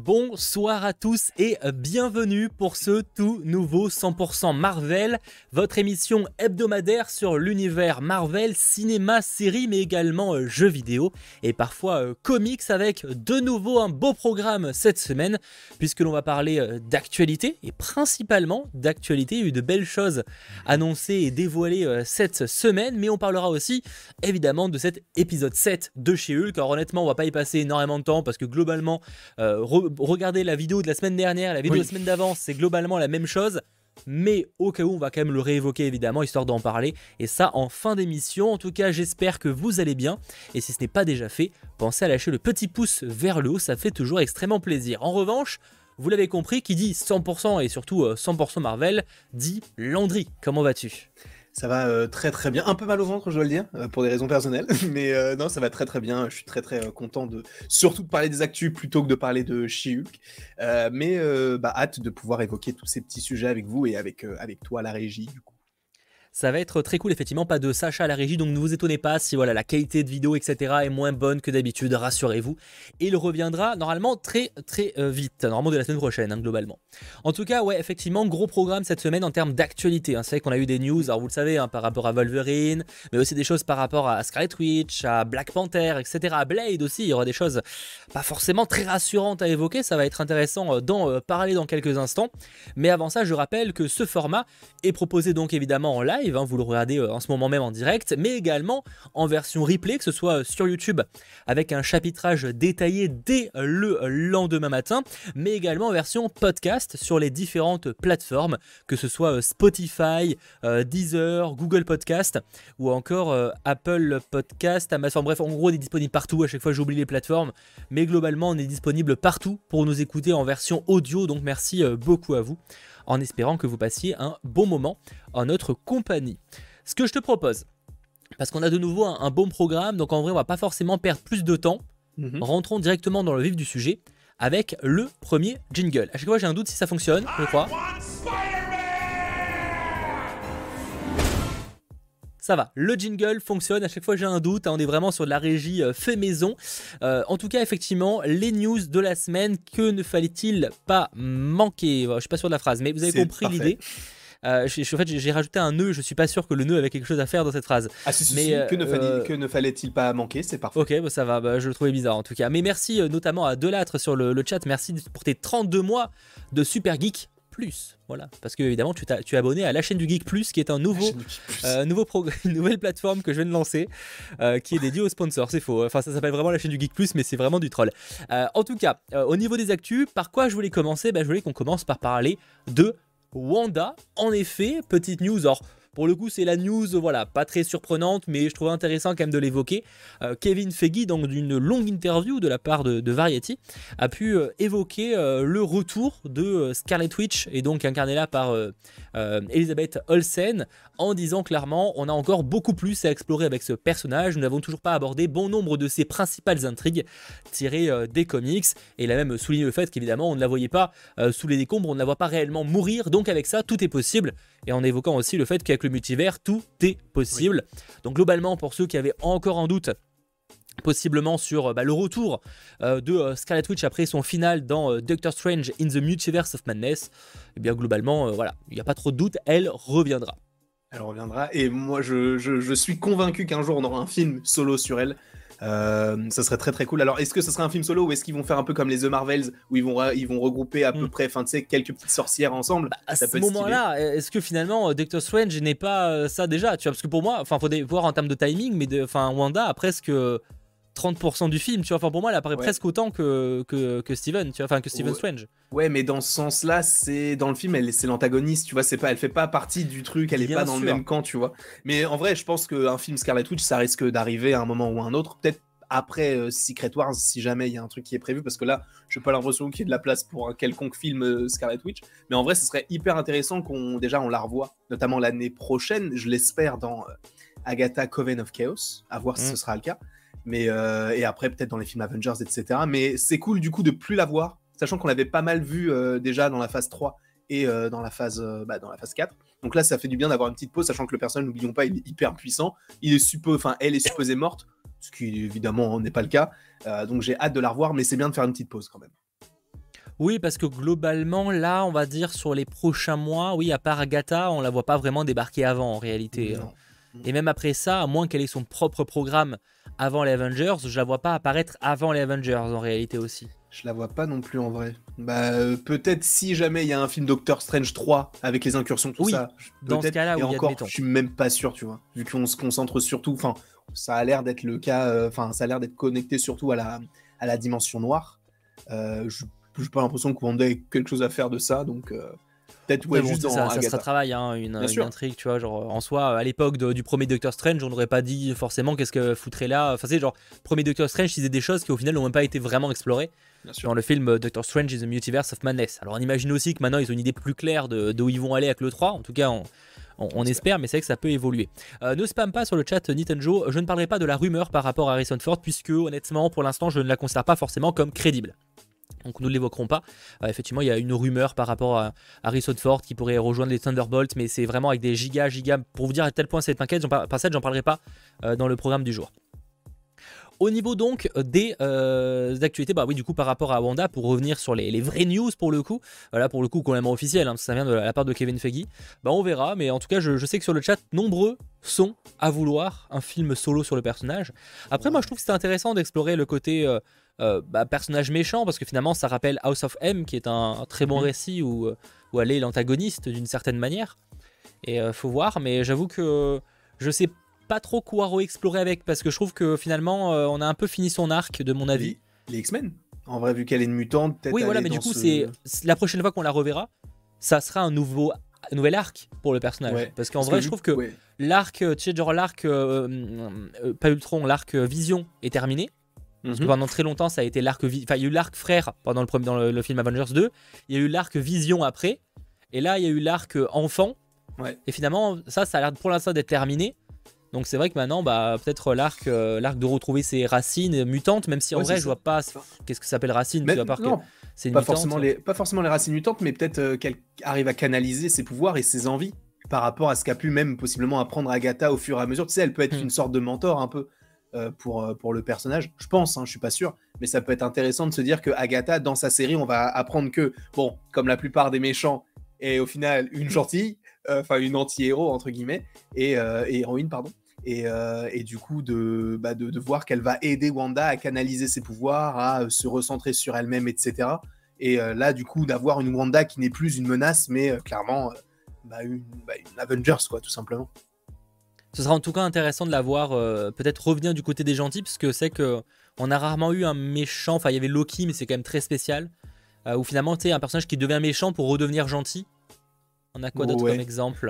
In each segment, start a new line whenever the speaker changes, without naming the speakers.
Bonsoir à tous et bienvenue pour ce tout nouveau 100% Marvel, votre émission hebdomadaire sur l'univers Marvel, cinéma, séries, mais également jeux vidéo et parfois comics avec de nouveau un beau programme cette semaine puisque l'on va parler d'actualité et principalement d'actualité. Il y a eu de belles choses annoncées et dévoilées cette semaine, mais on parlera aussi évidemment de cet épisode 7 de chez Hulk. Alors honnêtement, on va pas y passer énormément de temps parce que globalement, regardez la vidéo de la semaine dernière, la vidéo de la semaine d'avant, c'est globalement la même chose. Mais au cas où, on va quand même le réévoquer évidemment, histoire d'en parler. Et ça en fin d'émission. En tout cas, j'espère que vous allez bien. Et si ce n'est pas déjà fait, pensez à lâcher le petit pouce vers le haut, ça fait toujours extrêmement plaisir. En revanche, vous l'avez compris, qui dit 100% et surtout 100% Marvel, dit Landry. Comment vas-tu ?
Ça va très très bien, un peu mal au ventre je dois le dire, pour des raisons personnelles, mais non ça va très très bien, je suis très très content surtout de parler des actus plutôt que de parler de She-Hulk, mais hâte de pouvoir évoquer tous ces petits sujets avec vous et avec toi à la régie du coup.
Ça va être très cool, effectivement, pas de Sacha à la régie, donc ne vous étonnez pas si voilà, la qualité de vidéo, etc. est moins bonne que d'habitude, rassurez-vous. Et il reviendra normalement très vite, normalement de la semaine prochaine, hein, globalement. En tout cas, ouais, effectivement, gros programme cette semaine en termes d'actualité. Hein. C'est vrai qu'on a eu des news, alors vous le savez, hein, par rapport à Wolverine, mais aussi des choses par rapport à Scarlet Witch, à Black Panther, etc. À Blade aussi, il y aura des choses pas forcément très rassurantes à évoquer, ça va être intéressant d'en parler dans quelques instants. Mais avant ça, je rappelle que ce format est proposé donc évidemment en live. Vous le regardez en ce moment même en direct, mais également en version replay, que ce soit sur YouTube avec un chapitrage détaillé dès le lendemain matin, mais également en version podcast sur les différentes plateformes, que ce soit Spotify, Deezer, Google Podcast ou encore Apple Podcast, Amazon. Bref, en gros, on est disponible partout. À chaque fois, j'oublie les plateformes, mais globalement, on est disponible partout pour nous écouter en version audio. Donc, merci beaucoup à vous, en espérant que vous passiez un bon moment en notre compagnie. Ce que je te propose, parce qu'on a de nouveau un bon programme, donc en vrai on va pas forcément perdre plus de temps, rentrons directement dans le vif du sujet avec le premier jingle. À chaque fois j'ai un doute si ça fonctionne, je crois. Ça va, le jingle fonctionne, à chaque fois j'ai un doute, hein, on est vraiment sur de la régie fait maison. En tout cas, effectivement, les news de la semaine, que ne fallait-il pas manquer ? Je suis pas sûr de la phrase, mais vous avez compris l'idée. En fait, j'ai rajouté un nœud, je suis pas sûr que le nœud avait quelque chose à faire dans cette phrase.
Ah si, que ne fallait-il pas manquer, c'est parfait.
Ok, bah ça va, je le trouvais bizarre en tout cas. Mais merci notamment à Delattre sur le chat, merci pour tes 32 mois de Super Geek Plus. Voilà, parce que évidemment tu es abonné à la chaîne du Geek Plus, qui est un une nouvelle plateforme que je viens de lancer, qui est dédiée aux sponsors. C'est faux, enfin ça s'appelle vraiment la chaîne du Geek Plus, mais c'est vraiment du troll. En tout cas, au niveau des actus, par quoi je voulais commencer ? Je voulais qu'on commence par parler de Wanda. En effet, petite news, alors pour le coup c'est la news, voilà, pas très surprenante, mais je trouvais intéressant quand même de l'évoquer. Kevin Feige, donc d'une longue interview de la part de Variety, a pu évoquer le retour de Scarlet Witch, et donc incarnée là par Elizabeth Olsen, en disant clairement on a encore beaucoup plus à explorer avec ce personnage, nous n'avons toujours pas abordé bon nombre de ses principales intrigues tirées des comics, et il a même souligné le fait qu'évidemment on ne la voyait pas sous les décombres, on ne la voit pas réellement mourir, donc avec ça tout est possible, et en évoquant aussi le fait qu'avec le multivers tout est possible. Oui. Donc globalement, pour ceux qui avaient encore un doute possiblement sur le retour de Scarlet Witch après son final dans Doctor Strange in the Multiverse of Madness, et bien globalement voilà, il n'y a pas trop de doute, elle reviendra.
Elle reviendra, et moi je suis convaincu qu'un jour on aura un film solo sur elle. Ça serait très très cool. Alors est-ce que ce serait un film solo, ou est-ce qu'ils vont faire un peu comme les The Marvels où ils vont regrouper à peu près, enfin tu sais, quelques petites sorcières ensemble,
à ce moment-là, est-ce que finalement Doctor Strange n'est pas ça déjà, tu vois, parce que pour moi, enfin faut voir en termes de timing, mais Wanda a presque 30% du film, tu vois, enfin pour moi elle apparaît presque autant que Steven, tu vois, enfin que Stephen Strange.
Ouais, mais dans ce sens-là, c'est dans le film, c'est l'antagoniste, tu vois, elle fait pas partie du truc, elle est pas dans le même camp, tu vois. Mais en vrai, je pense qu'un film Scarlet Witch, ça risque d'arriver à un moment ou à un autre, peut-être après Secret Wars, si jamais il y a un truc qui est prévu, parce que là, j'ai pas l'impression qu'il y ait de la place pour un quelconque film Scarlet Witch. Mais en vrai, ce serait hyper intéressant qu'on la revoie, notamment l'année prochaine, je l'espère, dans Agatha Coven of Chaos, à voir si ce sera le cas. Mais et après peut-être dans les films Avengers, etc. Mais c'est cool du coup de plus la voir, sachant qu'on l'avait pas mal vu déjà dans la phase 3 et dans la phase 4. Donc là ça fait du bien d'avoir une petite pause, sachant que le personnage, n'oublions pas, il est hyper puissant, elle est supposée morte, ce qui évidemment n'est pas le cas, donc j'ai hâte de la revoir, mais c'est bien de faire une petite pause quand même.
Oui, parce que globalement, là, on va dire sur les prochains mois, oui, à part Agatha, on la voit pas vraiment débarquer avant en réalité.
Non.
Et même après ça, à moins qu'elle ait son propre programme avant les Avengers, je la vois pas apparaître avant les Avengers en réalité aussi.
Je la vois pas non plus en vrai. Bah, peut-être si jamais il y a un film Doctor Strange 3 avec les incursions, tout
Oui,
ça.
dans ce cas-là,
et
oui,
encore,
admettons.
je suis même pas sûr, tu vois. Vu qu'on se concentre surtout, enfin, ça a l'air d'être le cas, enfin, ça a l'air d'être connecté surtout à la dimension noire. Je n'ai pas l'impression que Wanda ait quelque chose à faire de ça, donc peut-être
Après,
ouais,
bon,
juste dans
ça se
Agatha.
retravaille, hein, une
Bien sûr.
intrigue, tu vois, genre en soi, à l'époque du premier Doctor Strange, on n'aurait pas dit forcément qu'est-ce que foutrait là. Enfin, c'est genre, premier Doctor Strange disait des choses qui au final n'ont même pas été vraiment explorées
Bien sûr.
dans le film Doctor Strange is the Multiverse of Madness. Alors on imagine aussi que maintenant ils ont une idée plus claire de où ils vont aller avec le 3, en tout cas on espère, mais c'est vrai que ça peut évoluer. Ne spam pas sur le chat Nintendo, je ne parlerai pas de la rumeur par rapport à Harrison Ford, puisque honnêtement, pour l'instant, je ne la considère pas forcément comme crédible. Donc nous ne l'évoquerons pas. Effectivement, il y a une rumeur par rapport à Harrison Ford qui pourrait rejoindre les Thunderbolts, mais c'est vraiment avec des gigas. Pour vous dire à tel point c'est m'inquiète, j'en parlerai pas dans le programme du jour. Au niveau donc des actualités, bah oui, du coup par rapport à Wanda, pour revenir sur les vraies news pour le coup, là pour le coup complètement officiel, hein, ça vient de la part de Kevin Feige, bah on verra, mais en tout cas je sais que sur le chat, nombreux sont à vouloir un film solo sur le personnage. Après moi je trouve que c'était intéressant d'explorer le côté personnage méchant, parce que finalement ça rappelle House of M, qui est un très bon récit où elle est l'antagoniste d'une certaine manière, et faut voir, mais j'avoue que je sais pas trop quoi re-explorer avec, parce que je trouve que finalement on a un peu fini son arc de mon avis.
Les X-Men, en vrai, vu qu'elle est une mutante, peut-être.
Oui voilà, mais du coup c'est la prochaine fois qu'on la reverra, ça sera un nouvel arc pour le personnage,
ouais,
parce qu'en vrai je trouve que l'arc, tu sais, genre l'arc pas Ultron, l'arc Vision est terminé. Parce que pendant très longtemps ça a été l'arc, il y a eu l'arc frère pendant dans le film Avengers 2, il y a eu l'arc Vision après, et là il y a eu l'arc enfant, et finalement ça a l'air pour l'instant d'être terminé. Donc c'est vrai que maintenant, bah, peut-être l'arc de retrouver ses racines mutantes, même si en vrai je vois pas qu'est-ce que ça s'appelle racine,
mais,
à part
non,
que c'est une
pas
mutante.
Pas forcément les racines mutantes, mais peut-être qu'elle arrive à canaliser ses pouvoirs et ses envies par rapport à ce qu'a pu même possiblement apprendre Agatha au fur et à mesure. Tu sais, elle peut être une sorte de mentor un peu pour le personnage, je pense, hein, je suis pas sûr, mais ça peut être intéressant de se dire que Agatha, dans sa série, on va apprendre que, bon, comme la plupart des méchants, est au final une gentille, enfin une anti-héros entre guillemets, et héroïne, pardon. Et du coup de voir qu'elle va aider Wanda à canaliser ses pouvoirs, à se recentrer sur elle-même, etc. Et là du coup d'avoir une Wanda qui n'est plus une menace, mais clairement une Avengers, quoi, tout simplement.
Ce sera en tout cas intéressant de la voir peut-être revenir du côté des gentils, parce que c'est que on a rarement eu un méchant, enfin il y avait Loki, mais c'est quand même très spécial, où finalement tu sais un personnage qui devient méchant pour redevenir gentil. On a quoi d'autre comme exemple?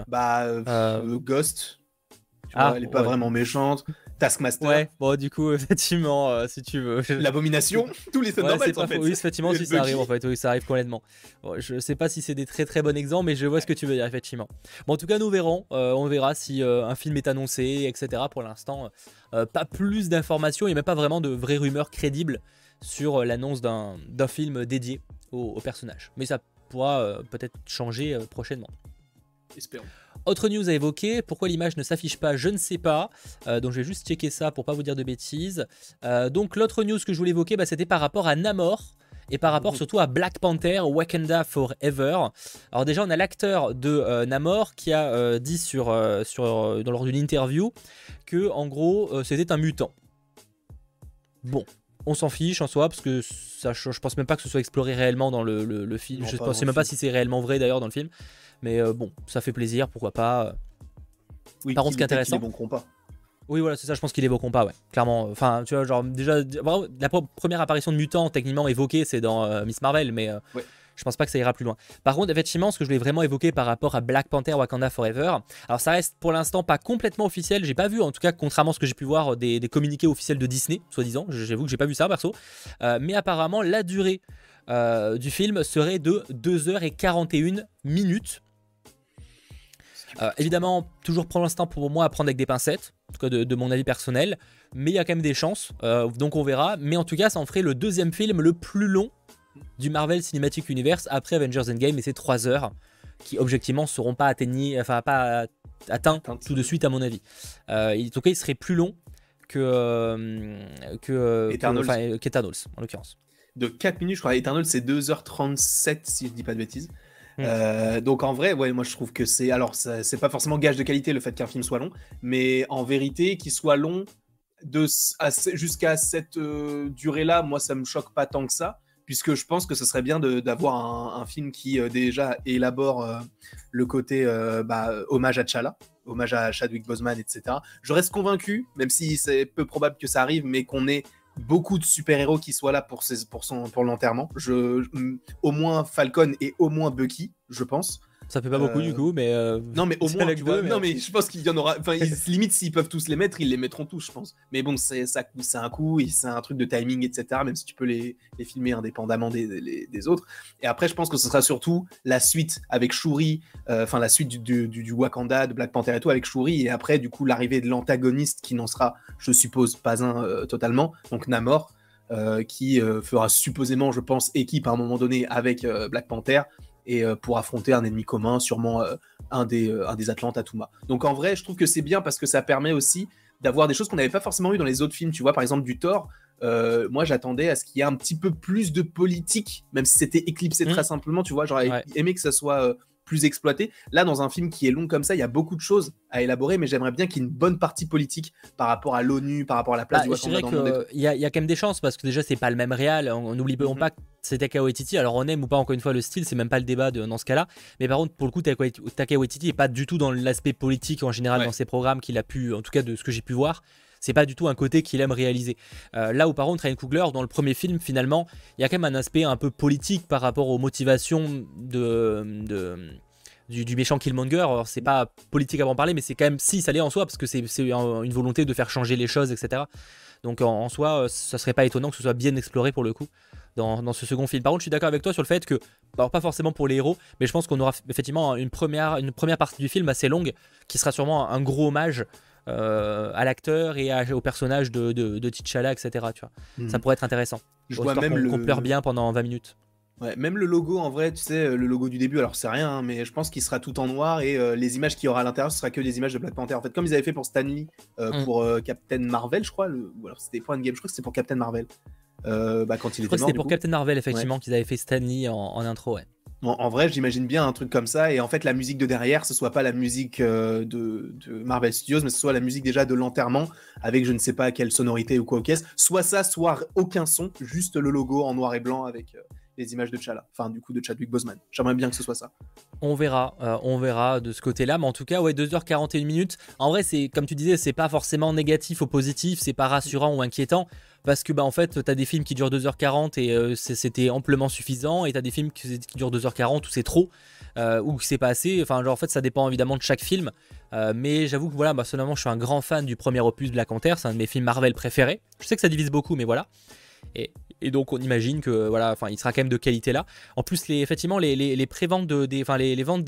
Ghost. Elle n'est pas vraiment méchante. Taskmaster.
Ouais, bon, du coup, effectivement, si tu veux.
L'abomination. Tous les Thunderbolts, en fait.
Oui, effectivement, si ça arrive, en fait. Oui, ça arrive complètement. Bon, je sais pas si c'est des très très bons exemples, mais je vois ce que tu veux dire, effectivement. Bon, en tout cas, nous verrons. On verra si un film est annoncé, etc. Pour l'instant, pas plus d'informations. Il n'y a même pas vraiment de vraies rumeurs crédibles sur l'annonce d'un film dédié au personnage. Mais ça pourra peut-être changer prochainement.
Espérons.
Autre news à évoquer, pourquoi l'image ne s'affiche pas, je ne sais pas, donc je vais juste checker ça pour pas vous dire de bêtises. Donc l'autre news que je voulais évoquer, c'était par rapport à Namor, et par rapport surtout à Black Panther, Wakanda Forever. Alors déjà on a l'acteur de Namor qui a dit lors d'une interview que en gros c'était un mutant. Bon, on s'en fiche en soi, parce que ça, je pense même pas que ce soit exploré réellement dans le film, non, je ne sais même pas si c'est réellement vrai d'ailleurs dans le film. Mais bon, ça fait plaisir, pourquoi pas.
Oui,
par contre, ce qui est intéressant. Oui, voilà, c'est ça, je pense qu'il évoqueront pas, ouais. Clairement. Enfin, tu vois, genre, déjà, vraiment, la première apparition de mutant, techniquement évoquée, c'est dans Miss Marvel, mais je pense pas que ça ira plus loin. Par contre, effectivement, ce que je voulais vraiment évoquer par rapport à Black Panther Wakanda Forever, alors ça reste pour l'instant pas complètement officiel. J'ai pas vu, en tout cas, contrairement à ce que j'ai pu voir, des communiqués officiels de Disney, soi-disant. J'avoue que j'ai pas vu ça, perso. Mais apparemment, la durée du film serait de 2h41 minutes. Évidemment, toujours pour l'instant pour moi à prendre avec des pincettes, en tout cas de mon avis personnel, mais il y a quand même des chances, donc on verra. Mais en tout cas, ça en ferait le deuxième film le plus long du Marvel Cinematic Universe après Avengers Endgame, et c'est 3 heures qui objectivement ne seront pas atteints tout de suite à mon avis. En tout cas, il serait plus long qu'Eternals en l'occurrence.
de 4 minutes, je crois. Eternal, c'est 2h37, si je dis pas de bêtises. Donc en vrai, ouais, moi je trouve que c'est... Alors, c'est pas forcément gage de qualité le fait qu'un film soit long, mais en vérité, qu'il soit long jusqu'à cette durée-là, moi ça me choque pas tant que ça, puisque je pense que ce serait bien d'avoir un film qui déjà élabore le côté hommage à T'Challa, hommage à Chadwick Boseman, etc. Je reste convaincu, même si c'est peu probable que ça arrive, mais qu'on ait beaucoup de super-héros qui soient là pour l'enterrement. Au moins Falcon et au moins Bucky, je pense.
Ça fait pas beaucoup du coup, mais
non, mais au moins, tu vois, non, mais je pense qu'il y en aura. Enfin, limite, s'ils peuvent tous les mettre, ils les mettront tous, je pense. Mais bon, c'est un coup, c'est un truc de timing, etc. Même si tu peux les filmer indépendamment des autres. Et après, je pense que ce sera surtout la suite avec Shuri, enfin la suite du Wakanda, de Black Panther et tout, avec Shuri. Et après, du coup, l'arrivée de l'antagoniste qui n'en sera, je suppose, pas un totalement. Donc Namor. Qui fera supposément, je pense, équipe à un moment donné avec Black Panther et pour affronter un ennemi commun, sûrement un des Atlantes, Atuma. Donc en vrai, je trouve que c'est bien parce que ça permet aussi d'avoir des choses qu'on n'avait pas forcément eu dans les autres films. Tu vois, par exemple, du Thor, moi j'attendais à ce qu'il y ait un petit peu plus de politique, même si c'était éclipsé très simplement, tu vois, j'aurais aimé que ça soit plus exploité. Là, dans un film qui est long comme ça, il y a beaucoup de choses à élaborer, mais j'aimerais bien qu'il y ait une bonne partie politique par rapport à l'ONU, par rapport à la place du Wakanda dans le monde.
Il y a quand même des chances, parce que déjà, c'est pas le même réal. N'oublions pas que c'est Taika Waititi. Alors, on aime ou pas, encore une fois, le style, c'est même pas le débat dans ce cas-là. Mais par contre, pour le coup, Taika Waititi est pas du tout dans l'aspect politique en général dans ses programmes qu'il a pu, en tout cas de ce que j'ai pu voir. C'est pas du tout un côté qu'il aime réaliser. Là où par contre, Ryan Coogler, dans le premier film, finalement, il y a quand même un aspect un peu politique par rapport aux motivations du méchant Killmonger. Alors, c'est pas politique à en parler, mais c'est quand même, si ça l'est en soi, parce que c'est une volonté de faire changer les choses, etc. Donc en soi, ça serait pas étonnant que ce soit bien exploré pour le coup dans ce second film. Par contre, je suis d'accord avec toi sur le fait que, alors pas forcément pour les héros, mais je pense qu'on aura effectivement une première partie du film assez longue qui sera sûrement un gros hommage à l'acteur et au personnage de T'Challa, etc. Tu vois. Ça pourrait être intéressant.
Je vois même
qu'on pleure bien pendant 20 minutes.
Ouais, même le logo, en vrai, tu sais, le logo du début, alors c'est rien, hein, mais je pense qu'il sera tout en noir et les images qu'il y aura à l'intérieur, ce sera que des images de Black Panther. En fait, comme ils avaient fait pour Stan Lee, pour Captain Marvel, je crois, ou alors c'était pour Endgame, je crois que c'était pour Captain Marvel. Quand il était mort.
C'était pour Captain Marvel, effectivement, qu'ils avaient fait Stan Lee en intro, ouais.
En vrai, j'imagine bien un truc comme ça, et en fait, la musique de derrière, ce soit pas la musique de Marvel Studios, mais ce soit la musique déjà de l'enterrement, avec je ne sais pas quelle sonorité ou quoi au caisse. Soit ça, soit aucun son, juste le logo en noir et blanc avec les images de T'Challa, enfin du coup de Chadwick Boseman. J'aimerais bien que ce soit ça.
On verra de ce côté-là, mais en tout cas, ouais, 2h41 minutes. En vrai, c'est comme tu disais, c'est pas forcément négatif ou positif, c'est pas rassurant ou inquiétant, parce que en fait, t'as des films qui durent 2h40 et c'était amplement suffisant, et t'as des films qui durent 2h40 où c'est trop, ou c'est pas assez. Enfin, genre, en fait, ça dépend évidemment de chaque film. Mais j'avoue que voilà, personnellement, je suis un grand fan du premier opus Black Panther, c'est un de mes films Marvel préférés. Je sais que ça divise beaucoup, mais voilà. Et donc on imagine que voilà, enfin il sera quand même de qualité là. En plus effectivement les préventes les ventes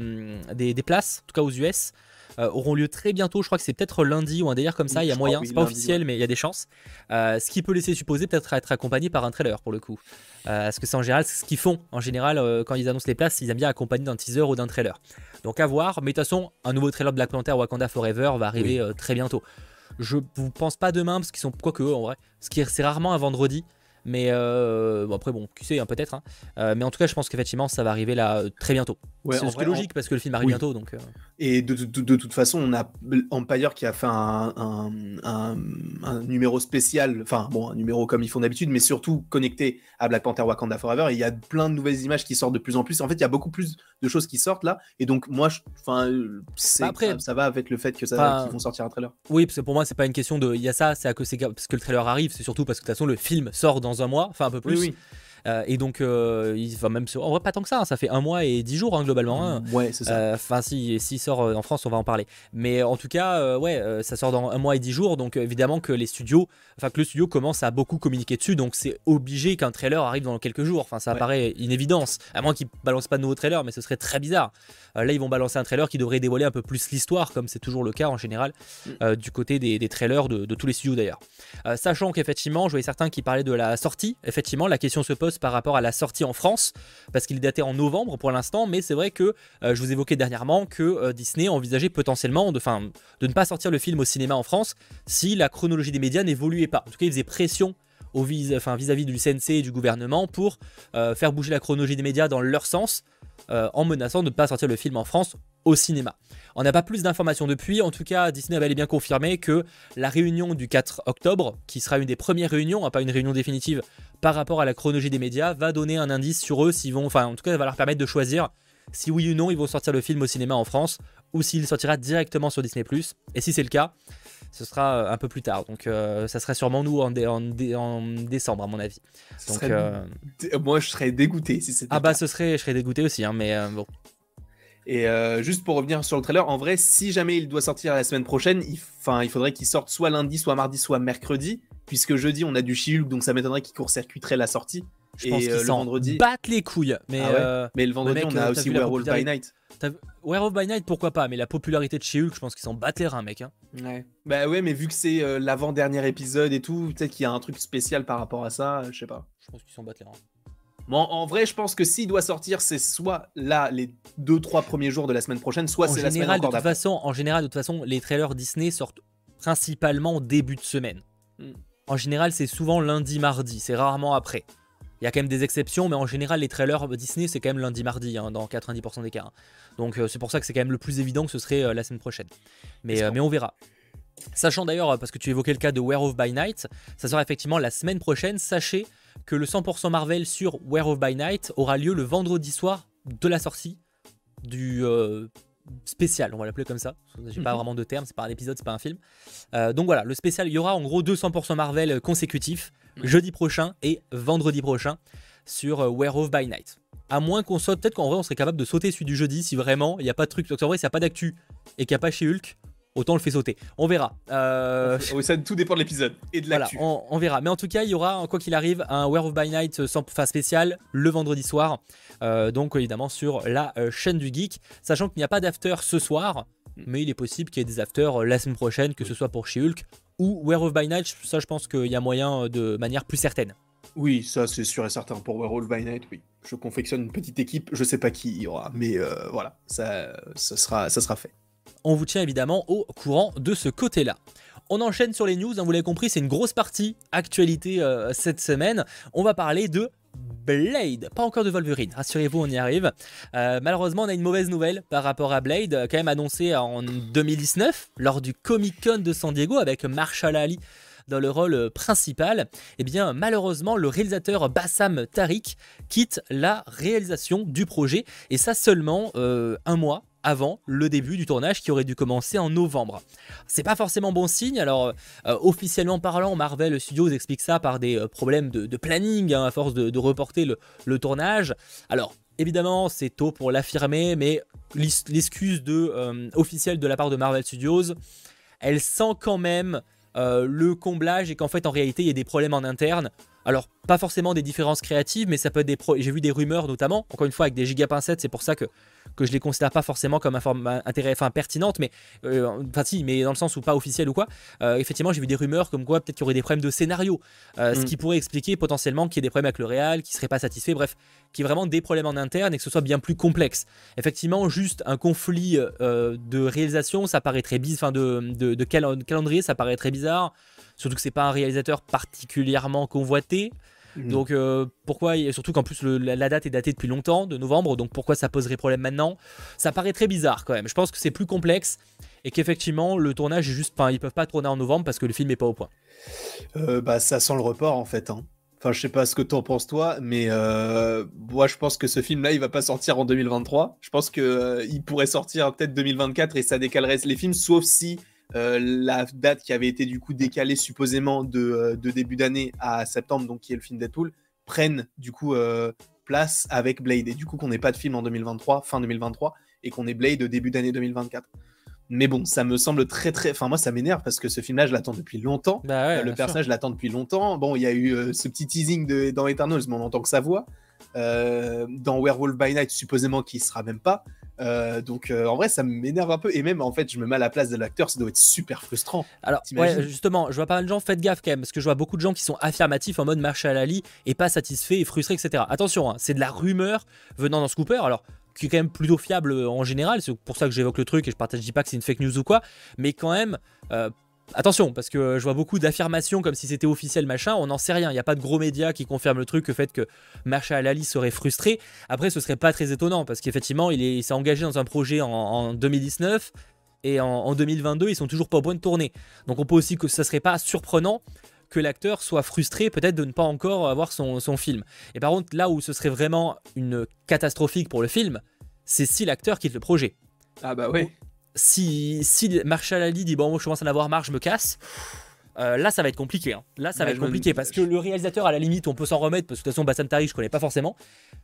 des places, en tout cas aux US, auront lieu très bientôt. Je crois que c'est peut-être lundi ou un délire comme ça. Il y a moyen, c'est pas officiel, mais il y a des chances. Ce qui peut laisser supposer peut-être être accompagné par un trailer pour le coup. Parce que c'est en général ce qu'ils font en général quand ils annoncent les places, ils aiment bien accompagner d'un teaser ou d'un trailer. Donc à voir. Mais de toute façon, un nouveau trailer de Black Panther Wakanda Forever va arriver très bientôt. Je ne pense pas demain parce qu'ils sont quoique en vrai. C'est rarement un vendredi. Mais après bon, qui sait, hein, peut-être. Hein. Mais en tout cas, je pense qu'effectivement, ça va arriver là très bientôt.
Ouais,
c'est ce qui est logique parce que le film arrive bientôt. Donc,
Et de toute façon, on a Empire qui a fait un numéro spécial, enfin bon, un numéro comme ils font d'habitude, mais surtout connecté à Black Panther Wakanda Forever. Et il y a plein de nouvelles images qui sortent de plus en plus. En fait, il y a beaucoup plus de choses qui sortent là. Et donc, moi, ça va avec le fait que qu'ils vont sortir un trailer.
Oui, parce que pour moi, c'est pas une question de. Il y a ça, c'est parce que le trailer arrive. C'est surtout parce que de toute façon, le film sort dans un mois, enfin un peu plus.
Oui.
Et donc, il va même en vrai, pas tant que ça, hein, ça fait 1 mois et 10 jours hein, globalement. Hein.
Ouais, c'est ça.
Enfin, s'il sort en France, on va en parler. Mais en tout cas, ça sort dans 1 mois et 10 jours. Donc, évidemment que le studio commence à beaucoup communiquer dessus. Donc, c'est obligé qu'un trailer arrive dans quelques jours. Enfin, ça paraît une évidence. À moins qu'ils balancent pas de nouveaux trailers, mais ce serait très bizarre. Là, ils vont balancer un trailer qui devrait dévoiler un peu plus l'histoire, comme c'est toujours le cas en général, du côté des trailers de tous les studios d'ailleurs. Sachant qu'effectivement, je voyais certains qui parlaient de la sortie. Effectivement, la question se pose par rapport à la sortie en France, parce qu'il est daté en novembre pour l'instant, mais c'est vrai que je vous évoquais dernièrement que Disney envisageait potentiellement de ne pas sortir le film au cinéma en France si la chronologie des médias n'évoluait pas. En tout cas, il faisait pression vis-à-vis du CNC et du gouvernement pour faire bouger la chronologie des médias dans leur sens, en menaçant de ne pas sortir le film en France au cinéma. On n'a pas plus d'informations depuis, en tout cas Disney avait bien confirmé que la réunion du 4 octobre, qui sera une des premières réunions, pas une réunion définitive par rapport à la chronologie des médias, va donner un indice sur eux, s'ils vont, enfin en tout cas ça va leur permettre de choisir si oui ou non ils vont sortir le film au cinéma en France, ou s'il sortira directement sur Disney+, et si c'est le cas, ce sera un peu plus tard, donc ça serait sûrement nous en décembre à mon avis. Donc,
moi je serais dégoûté si c'était
ah bah je serais dégoûté aussi, hein, mais bon.
Et juste pour revenir sur le trailer, en vrai, si jamais il doit sortir la semaine prochaine, il faudrait qu'il sorte soit lundi, soit mardi, soit mercredi, puisque jeudi on a du She-Hulk, donc ça m'étonnerait qu'il court-circuiterait la sortie.
Je pense qu'ils s'en battent les couilles. Mais,
mais le vendredi, on a aussi Werewolf by Night.
Werewolf by Night, pourquoi pas, mais la popularité de She-Hulk, je pense qu'ils s'en battent les reins, mec. Hein.
Ouais. Bah ouais, mais vu que c'est l'avant-dernier épisode et tout, peut-être qu'il y a un truc spécial par rapport à ça, je sais pas.
Je pense qu'ils s'en battent les reins.
Bon, en vrai, je pense que s'il doit sortir, c'est soit là, les 2-3 premiers jours de la semaine prochaine, soit c'est la semaine encore d'après.
En général, de toute façon, les trailers Disney sortent principalement au début de semaine. En général, c'est souvent lundi, mardi, c'est rarement après. Il y a quand même des exceptions, mais en général, les trailers Disney, c'est quand même lundi, mardi, hein, dans 90% des cas. Hein. Donc c'est pour ça que c'est quand même le plus évident que ce serait la semaine prochaine. Mais on verra. Sachant d'ailleurs, parce que tu évoquais le cas de Werewolf by Night, ça sera effectivement la semaine prochaine. Sachez que le 100% Marvel sur Werewolf by Night aura lieu le vendredi soir de la sortie du spécial, on va l'appeler comme ça. J'ai pas vraiment de terme, c'est pas un épisode, c'est pas un film. Donc voilà, le spécial, il y aura en gros 200% Marvel consécutifs, jeudi prochain et vendredi prochain sur Werewolf by Night. À moins qu'on saute, peut-être qu'en vrai on serait capable de sauter celui du jeudi si vraiment il n'y a pas de truc. Donc en vrai, s'il n'y a pas d'actu et qu'il n'y a pas chez Hulk, autant le fait sauter. On verra.
Oui, ça tout dépend de l'épisode et de l'actu.
Voilà, on verra. Mais en tout cas, il y aura, quoi qu'il arrive, un Werewolf by Night spécial le vendredi soir. Donc évidemment sur la chaîne du Geek. Sachant qu'il n'y a pas d'after ce soir, mais il est possible qu'il y ait des afters la semaine prochaine, que ce soit pour She-Hulk ou Werewolf by Night. Ça, je pense qu'il y a moyen de manière plus certaine.
Oui, ça c'est sûr et certain. Pour Werewolf by Night, oui. Je confectionne une petite équipe. Je sais pas qui il y aura, mais voilà, ça sera fait.
On vous tient évidemment au courant de ce côté-là. On enchaîne sur les news, hein, vous l'avez compris, c'est une grosse partie actualité cette semaine. On va parler de Blade, pas encore de Wolverine, rassurez-vous, on y arrive. Malheureusement, on a une mauvaise nouvelle par rapport à Blade, quand même annoncée en 2019, lors du Comic-Con de San Diego, avec Mahershala Ali dans le rôle principal. Et bien malheureusement, le réalisateur Bassam Tariq quitte la réalisation du projet, et ça seulement un mois avant le début du tournage qui aurait dû commencer en novembre. C'est pas forcément bon signe. Alors officiellement parlant, Marvel Studios explique ça par des problèmes de planning, hein, à force de reporter le tournage. Alors évidemment c'est tôt pour l'affirmer, mais l'excuse officielle de la part de Marvel Studios, elle sent quand même le comblage, et qu'en fait en réalité il y a des problèmes en interne. Alors pas forcément des différences créatives, mais ça peut être j'ai vu des rumeurs notamment, encore une fois avec des gigapincettes, c'est pour ça que je les considère pas forcément comme pertinentes, mais si, mais dans le sens où pas officielles ou quoi. Effectivement, j'ai vu des rumeurs comme quoi peut-être qu'il y aurait des problèmes de scénario, ce qui pourrait expliquer potentiellement qu'il y ait des problèmes avec le réal, qui serait pas satisfait, bref, qu'il y ait vraiment des problèmes en interne et que ce soit bien plus complexe. Effectivement, juste un conflit de réalisation, ça paraît très bizarre, de calendrier, ça paraît très bizarre. Surtout que c'est pas un réalisateur particulièrement convoité. Donc pourquoi, surtout qu'en plus la date est datée depuis longtemps, de novembre, donc pourquoi ça poserait problème maintenant? Ça paraît très bizarre quand même. Je pense que c'est plus complexe et qu'effectivement le tournage est juste, ils peuvent pas tourner en novembre parce que le film est pas au point.
Ça sent le report en fait. Hein. Enfin, je sais pas ce que t'en penses toi, mais moi je pense que ce film-là il va pas sortir en 2023. Je pense que il pourrait sortir peut-être 2024 et ça décalerait les films, sauf si la date qui avait été du coup décalée supposément de début d'année à septembre, donc qui est le film Deadpool, prenne du coup place avec Blade, et du coup qu'on n'ait pas de film en 2023, fin 2023, et qu'on ait Blade début d'année 2024. Mais bon, ça me semble très très... Enfin moi ça m'énerve parce que ce film-là je l'attends depuis longtemps, le personnage je l'attends depuis longtemps. Bon, il y a eu ce petit teasing dans Eternals, mais on entend que sa voix. Dans Werewolf by Night supposément qu'il sera même pas. Donc en vrai ça m'énerve un peu, et même en fait je me mets à la place de l'acteur, ça doit être super frustrant.
Alors ouais, justement, je vois pas mal de gens, faites gaffe quand même, parce que je vois beaucoup de gens qui sont affirmatifs en mode Mahershala Ali et pas satisfaits et frustrés, etc. Attention, hein, c'est de la rumeur venant dans Scooper, alors qui est quand même plutôt fiable en général, c'est pour ça que j'évoque le truc et je dis pas que c'est une fake news ou quoi, mais quand même Attention, parce que je vois beaucoup d'affirmations comme si c'était officiel, machin, on n'en sait rien. Il n'y a pas de gros médias qui confirment le truc, le fait que Mahershala Ali serait frustré. Après, ce serait pas très étonnant, parce qu'effectivement, il s'est engagé dans un projet en 2019, et en 2022, ils sont toujours pas au point de tourner. Donc on peut aussi que ça serait pas surprenant que l'acteur soit frustré peut-être de ne pas encore avoir son film. Et par contre, là où ce serait vraiment une catastrophique pour le film, c'est si l'acteur quitte le projet.
Ah bah ouais.
Si Mahershala Ali dit bon, moi je commence à en avoir marre, je me casse. Là ça va être compliqué. Hein. Là ça va être compliqué parce que le réalisateur à la limite on peut s'en remettre parce que de toute façon Bassam Tariq je connais pas forcément.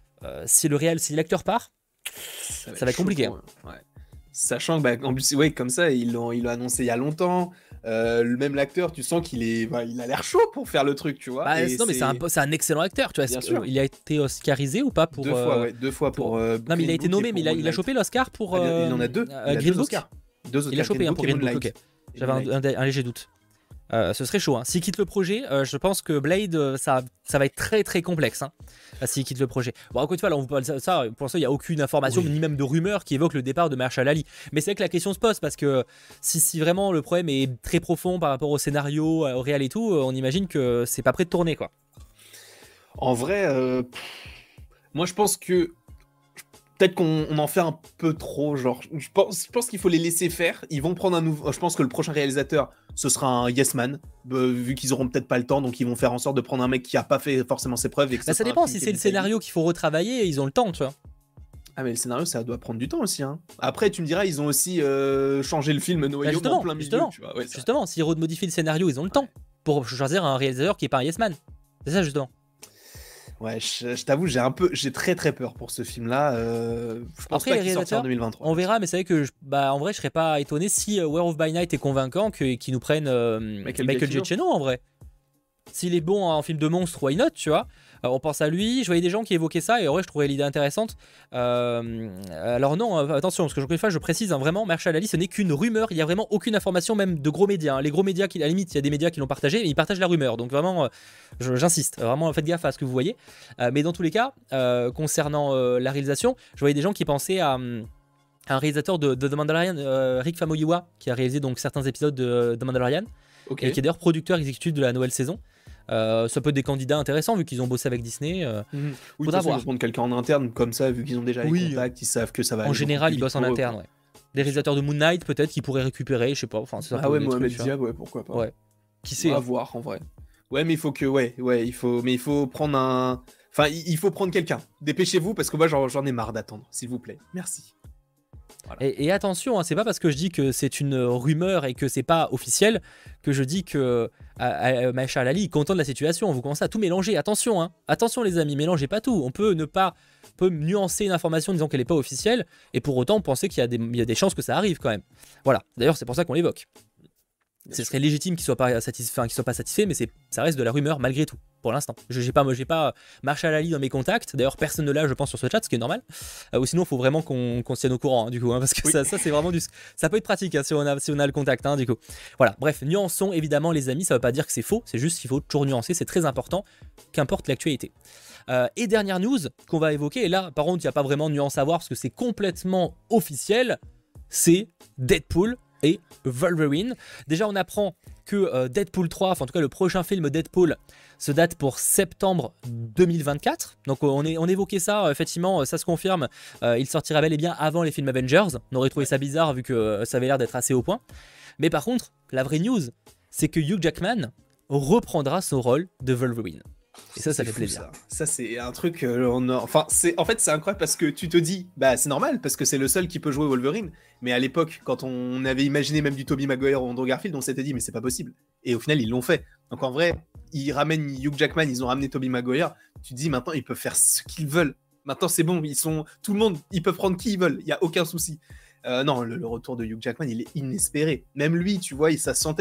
Si l'acteur part, ça va être compliqué. Hein.
Ouais. Sachant que en plus ouais comme ça ils l'ont annoncé il y a longtemps. Même l'acteur, tu sens il a l'air chaud pour faire le truc, tu vois.
Bah, non, mais c'est un excellent acteur, tu vois. Bien sûr. Il a été oscarisé ou pas pour
2 fois pour.
Non, mais il a été nommé, mais il a chopé l'Oscar pour.
Il en a 2.
Green Book. Il a chopé pour Green Book. Ok. J'avais un léger doute. Ce serait chaud. Hein. S'il quitte le projet, je pense que Blade, ça va être très très complexe. Hein, s'il quitte le projet. Bon, encore une fois, là, on vous parle de ça. Pour l'instant, il n'y a aucune information, ni même de rumeur qui évoque le départ de Mahershala Ali. Mais c'est vrai que la question se pose parce que si vraiment le problème est très profond par rapport au scénario, au réel et tout, on imagine que c'est pas prêt de tourner, quoi.
En vrai, moi je pense que. Peut-être qu'on en fait un peu trop, genre. Je pense qu'il faut les laisser faire. Ils vont prendre un nouveau. Je pense que le prochain réalisateur, ce sera un yes man, vu qu'ils auront peut-être pas le temps, donc ils vont faire en sorte de prendre un mec qui a pas fait forcément ses preuves. Et que
ça dépend si c'est le scénario qu'il faut retravailler, ils ont le temps, tu vois.
Ah mais le scénario, ça doit prendre du temps aussi. Hein. Après, tu me diras, ils ont aussi changé le film Noéo en plein milieu. Tu vois. Ouais,
justement, s'ils modifient le scénario, ils ont le temps pour choisir un réalisateur qui est pas un yes man. C'est ça justement.
Ouais, je t'avoue, j'ai très très peur pour ce film-là. Je pense pas qu'il sortira en 2023.
On verra, mais c'est vrai que, en vrai, je serais pas étonné si Werewolf by Night est convaincant qu'ils nous prennent Michael Giacchino en vrai. S'il est bon en film de monstre, why not, tu vois. On pense à lui, je voyais des gens qui évoquaient ça et en vrai je trouvais l'idée intéressante. Alors non, attention, parce que encore une fois je précise, hein, vraiment Mahershala Ali ce n'est qu'une rumeur, il n'y a vraiment aucune information même de gros médias. Hein. Les gros médias, à la limite il y a des médias qui l'ont partagé, mais ils partagent la rumeur, donc vraiment j'insiste, vraiment faites gaffe à ce que vous voyez. Mais dans tous les cas, concernant la réalisation, je voyais des gens qui pensaient à un réalisateur de The Mandalorian, Rick Famuyiwa, qui a réalisé donc certains épisodes de The Mandalorian, et qui est d'ailleurs producteur exécutif de la nouvelle saison. Ça peut être des candidats intéressants vu qu'ils ont bossé avec Disney.
Oui, faudra voir. Ils vont prendre quelqu'un en interne comme ça, vu qu'ils ont déjà les contacts, ils savent que ça va.
En général, ils bossent en interne. Ouais. Des réalisateurs de Moon Knight peut-être qui pourraient récupérer, je sais pas. Enfin, ça
Mohamed Diab, ouais, pourquoi pas.
Ouais. Qui sait.
On va voir en vrai. Ouais, mais il faut que, il faut prendre un. Enfin, il faut prendre quelqu'un. Dépêchez-vous parce que moi j'en ai marre d'attendre, s'il vous plaît. Merci.
Voilà. Et attention, hein, c'est pas parce que je dis que c'est une rumeur et que c'est pas officiel que je dis que Mahershala Ali est content de la situation. Vous commencez à tout mélanger. Attention, hein. Attention les amis, mélangez pas tout. On peut nuancer une information en disant qu'elle n'est pas officielle et pour autant penser qu'il y a des chances que ça arrive quand même. Voilà. D'ailleurs, c'est pour ça qu'on l'évoque. Ce serait légitime qu'il soit pas satisfait, mais ça reste de la rumeur malgré tout, pour l'instant. J'ai pas Mahershala Ali dans mes contacts, d'ailleurs personne ne l'a, je pense, sur ce chat, ce qui est normal. Ou sinon, il faut vraiment qu'on se tienne au courant, hein, du coup, hein, parce que ça c'est vraiment ça peut être pratique hein, si on a le contact, hein, du coup. Voilà, bref, nuançons évidemment, les amis, ça veut pas dire que c'est faux, c'est juste qu'il faut toujours nuancer, c'est très important, qu'importe l'actualité. Et dernière news qu'on va évoquer, et là, par contre, il n'y a pas vraiment de nuance à voir, parce que c'est complètement officiel, c'est Deadpool et Wolverine. Déjà on apprend que Deadpool 3, enfin en tout cas le prochain film Deadpool se date pour septembre 2024. Donc on évoquait ça, effectivement ça se confirme, il sortira bel et bien avant les films Avengers. On aurait trouvé ça bizarre vu que ça avait l'air d'être assez au point. Mais par contre la vraie news c'est que Hugh Jackman reprendra son rôle de Wolverine. Et ça fait plaisir.
Ça c'est un truc, c'est incroyable parce que tu te dis, bah c'est normal parce que c'est le seul qui peut jouer Wolverine. Mais à l'époque, quand on avait imaginé même du Tobey Maguire ou Andrew Garfield, on s'était dit mais c'est pas possible. Et au final ils l'ont fait. Donc en vrai, ils ramènent Hugh Jackman, ils ont ramené Tobey Maguire. Tu te dis maintenant ils peuvent faire ce qu'ils veulent. Maintenant c'est bon, tout le monde, ils peuvent prendre qui ils veulent. Il y a aucun souci. Non, le retour de Hugh Jackman, il est inespéré. Même lui, tu vois, ça sentait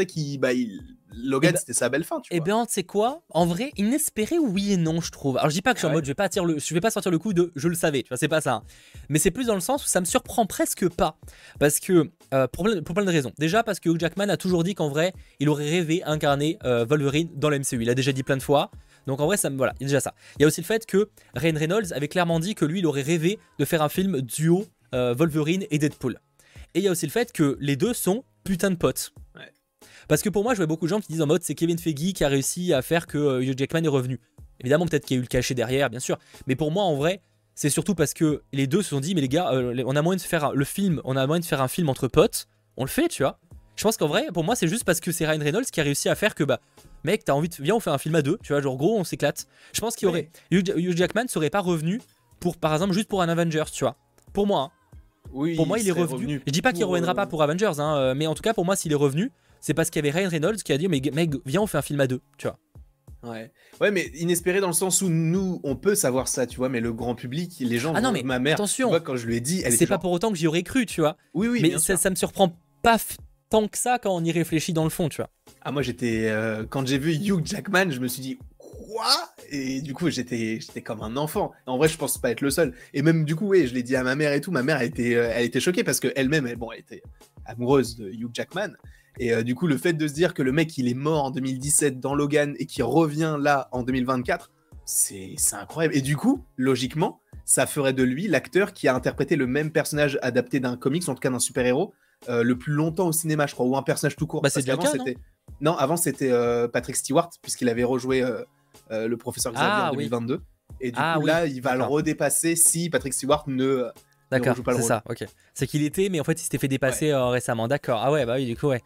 Logan, c'était sa belle fin, tu vois.
Eh bien, tu sais quoi ? En vrai, inespéré, oui et non, je trouve. Alors, je dis pas que je suis en mode, je vais pas sortir le coup de je le savais, tu vois, c'est pas ça. Hein. Mais c'est plus dans le sens où ça me surprend presque pas. Parce que, pour plein de raisons. Déjà, parce que Hugh Jackman a toujours dit qu'en vrai, il aurait rêvé incarner Wolverine dans la MCU. Il a déjà dit plein de fois. Donc en vrai, voilà, il y a déjà ça. Il y a aussi le fait que Ryan Reynolds avait clairement dit que lui, il aurait rêvé de faire un film duo Wolverine et Deadpool. Et il y a aussi le fait que les deux sont putain de potes.
Ouais.
Parce que pour moi, je vois beaucoup de gens qui disent en mode c'est Kevin Feige qui a réussi à faire que Hugh Jackman est revenu. Évidemment, peut-être qu'il y a eu le cachet derrière, bien sûr. Mais pour moi, en vrai, c'est surtout parce que les deux se sont dit, mais les gars, on a moyen de faire un film entre potes. On le fait, tu vois. Je pense qu'en vrai, pour moi, c'est juste parce que c'est Ryan Reynolds qui a réussi à faire que, bah, mec, t'as envie de. Viens, on fait un film à deux, tu vois. Genre, gros, on s'éclate. Je pense qu'il y aurait. Hugh Jackman serait pas revenu pour, par exemple, juste pour un Avengers, tu vois. Pour moi, hein.
Oui,
pour moi, il est revenu. Je dis pas qu'il reviendra pas pour Avengers, hein, mais en tout cas, pour moi, s'il est revenu, c'est parce qu'il y avait Ryan Reynolds qui a dit, mais mec, viens, on fait un film à deux, tu vois.
Ouais, mais inespéré dans le sens où nous, on peut savoir ça, tu vois, mais le grand public, les gens,
non, mais
ma mère,
attention,
tu vois, quand je lui ai dit,
c'est pas pour autant que j'y aurais cru, tu vois.
Oui,
mais ça me surprend pas tant que ça quand on y réfléchit dans le fond, tu vois.
Ah, moi, j'étais, quand j'ai vu Hugh Jackman, je me suis dit, quoi? Et du coup, j'étais comme un enfant. En vrai, je pense pas être le seul. Et même, du coup, je l'ai dit à ma mère et tout, ma mère, elle était choquée parce qu'elle-même, elle était amoureuse de Hugh Jackman. Et du coup, le fait de se dire que le mec, il est mort en 2017 dans Logan et qu'il revient là en 2024, c'est incroyable. Et du coup, logiquement, ça ferait de lui l'acteur qui a interprété le même personnage adapté d'un comics, en tout cas d'un super-héros, le plus longtemps au cinéma, je crois, ou un personnage tout court.
Bah, c'est déjà le cas,
non, avant, c'était Patrick Stewart, puisqu'il avait rejoué le professeur Xavier en 2022. Et du coup, là, il va le redépasser si Patrick Stewart ne rejoue pas le rôle.
C'est ça, ok. C'est qu'il était, mais en fait, il s'était fait dépasser récemment. D'accord. Ah ouais, bah oui, du coup, ouais.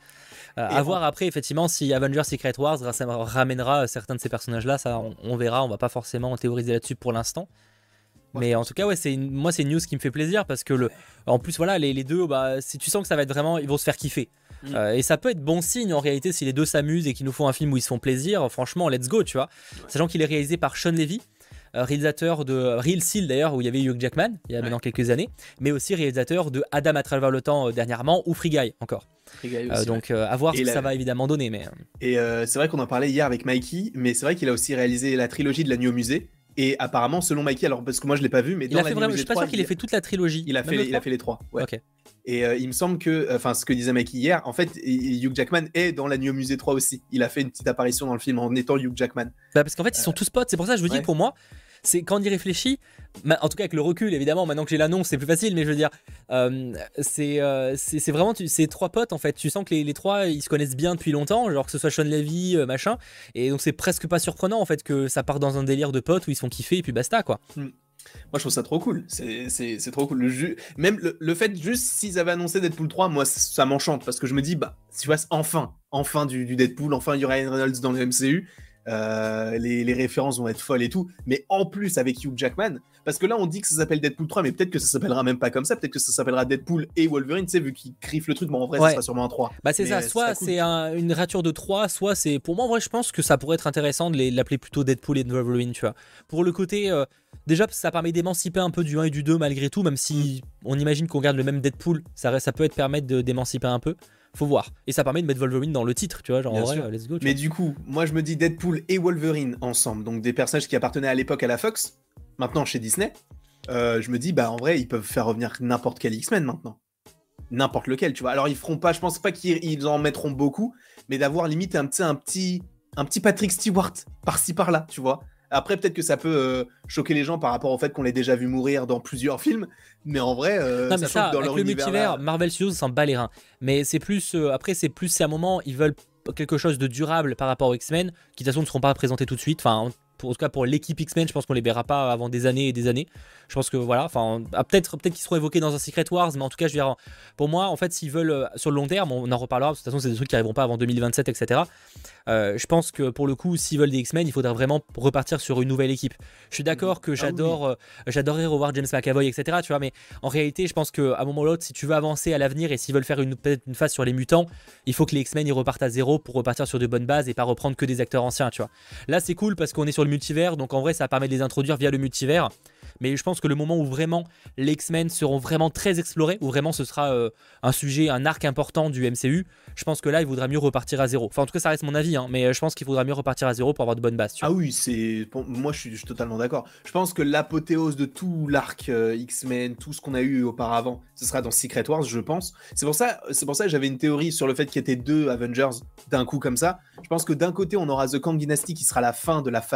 À voir après, effectivement, si Avengers Secret Wars ramènera certains de ces personnages-là, ça, on verra. On va pas forcément théoriser là-dessus pour l'instant. Mais en tout cas, ouais, moi, c'est une news qui me fait plaisir parce que en plus, voilà, les deux, bah, si tu sens que ça va être vraiment, ils vont se faire kiffer. Et ça peut être bon signe en réalité si les deux s'amusent et qu'ils nous font un film où ils se font plaisir. Franchement, let's go, tu vois. Sachant qu'il est réalisé par Sean Levy, réalisateur de Real Steel d'ailleurs, où il y avait Hugh Jackman il y a maintenant quelques années, mais aussi réalisateur de Adam à travers le temps dernièrement, ou Free Guy encore.
Aussi,
donc à voir ce que ça va évidemment donner. Mais...
Et c'est vrai qu'on en parlait hier avec Mikey, mais c'est vrai qu'il a aussi réalisé la trilogie de la nuit au musée. Et apparemment, selon Mikey, alors parce que moi je l'ai pas vu, mais
il a fait vraiment, je suis pas sûr qu'il ait fait toute la trilogie.
Il a fait les trois. Ouais.
Ok.
Et il me semble que, enfin, ce que disait Mikey hier, en fait, Hugh Jackman est dans la nuit au musée 3 aussi. Il a fait une petite apparition dans le film en étant Hugh Jackman.
Bah parce qu'en fait, ils sont tous potes. C'est pour ça que je vous dis, pour moi, c'est quand on y réfléchit, en tout cas avec le recul évidemment, maintenant que j'ai l'annonce c'est plus facile, mais je veux dire c'est vraiment ces trois potes en fait, tu sens que les trois ils se connaissent bien depuis longtemps, genre que ce soit Sean Levy machin, et donc c'est presque pas surprenant en fait que ça part dans un délire de potes où ils se font kiffer et puis basta quoi.
Moi je trouve ça trop cool, c'est trop cool. Même le fait juste s'ils avaient annoncé Deadpool 3, moi ça m'enchante parce que je me dis bah tu vois enfin du Deadpool, enfin il y aura Ryan Reynolds dans le MCU. Les références vont être folles et tout, mais en plus avec Hugh Jackman, parce que là on dit que ça s'appelle Deadpool 3, mais peut-être que ça s'appellera même pas comme ça, peut-être que ça s'appellera Deadpool et Wolverine, tu sais, vu qu'il griffe le truc, mais en vrai ça sera sûrement un 3.
Bah c'est ça, soit c'est une rature de 3, soit c'est, pour moi en vrai je pense que ça pourrait être intéressant de l'appeler plutôt Deadpool et Wolverine, tu vois, pour le côté déjà ça permet d'émanciper un peu du 1 et du 2 malgré tout, même si on imagine qu'on garde le même Deadpool, ça peut être permettre d'émanciper un peu. Faut voir. Et ça permet de mettre Wolverine dans le titre, tu vois, genre en vrai, let's go.
Mais du coup, moi je me dis Deadpool et Wolverine ensemble, donc des personnages qui appartenaient à l'époque à la Fox, maintenant chez Disney. Je me dis, bah en vrai, ils peuvent faire revenir n'importe quel X-Men maintenant. N'importe lequel, tu vois. Alors ils feront pas, je pense pas qu'ils en mettront beaucoup, mais d'avoir limite un petit Patrick Stewart par-ci par-là, tu vois. Après, peut-être que ça peut choquer les gens par rapport au fait qu'on l'ait déjà vu mourir dans plusieurs films, mais en vrai,
non, mais ça, dans leur le multivers, Marvel Studios s'en bat les reins. Mais c'est plus, après, c'est à un moment, ils veulent quelque chose de durable par rapport aux X-Men, qui de toute façon ne seront pas présentés tout de suite. Enfin, en tout cas pour l'équipe X-Men, je pense qu'on les verra pas avant des années et des années. Je pense que voilà, enfin peut-être qu'ils seront évoqués dans un Secret Wars, mais en tout cas je veux dire, pour moi en fait s'ils veulent sur le long terme, on en reparlera, parce que de toute façon c'est des trucs qui arriveront pas avant 2027 etc. Je pense que pour le coup s'ils veulent des X-Men, il faudra vraiment repartir sur une nouvelle équipe. Je suis d'accord que j'adorerais revoir James McAvoy etc. Tu vois, mais en réalité je pense qu'à un moment ou l'autre, si tu veux avancer à l'avenir et s'ils veulent faire peut-être une phase sur les mutants, il faut que les X-Men ils repartent à zéro pour repartir sur de bonnes bases et pas reprendre que des acteurs anciens, tu vois. Là c'est cool parce qu'on est sur le multivers, donc en vrai ça permet de les introduire via le multivers, mais je pense que le moment où vraiment les X-Men seront vraiment très explorés, où vraiment ce sera un sujet, un arc important du MCU, je pense que là il vaudra mieux repartir à zéro. Enfin en tout cas ça reste mon avis, hein, mais je pense qu'il faudra mieux repartir à zéro pour avoir de bonnes bases, tu vois.
Ah oui, moi je suis totalement d'accord. Je pense que l'apothéose de tout l'arc X-Men, tout ce qu'on a eu auparavant, ce sera dans Secret Wars, je pense. C'est pour ça que j'avais une théorie sur le fait qu'il y était 2 Avengers d'un coup comme ça. Je pense que d'un côté on aura The Kang Dynasty qui sera la fin de la phase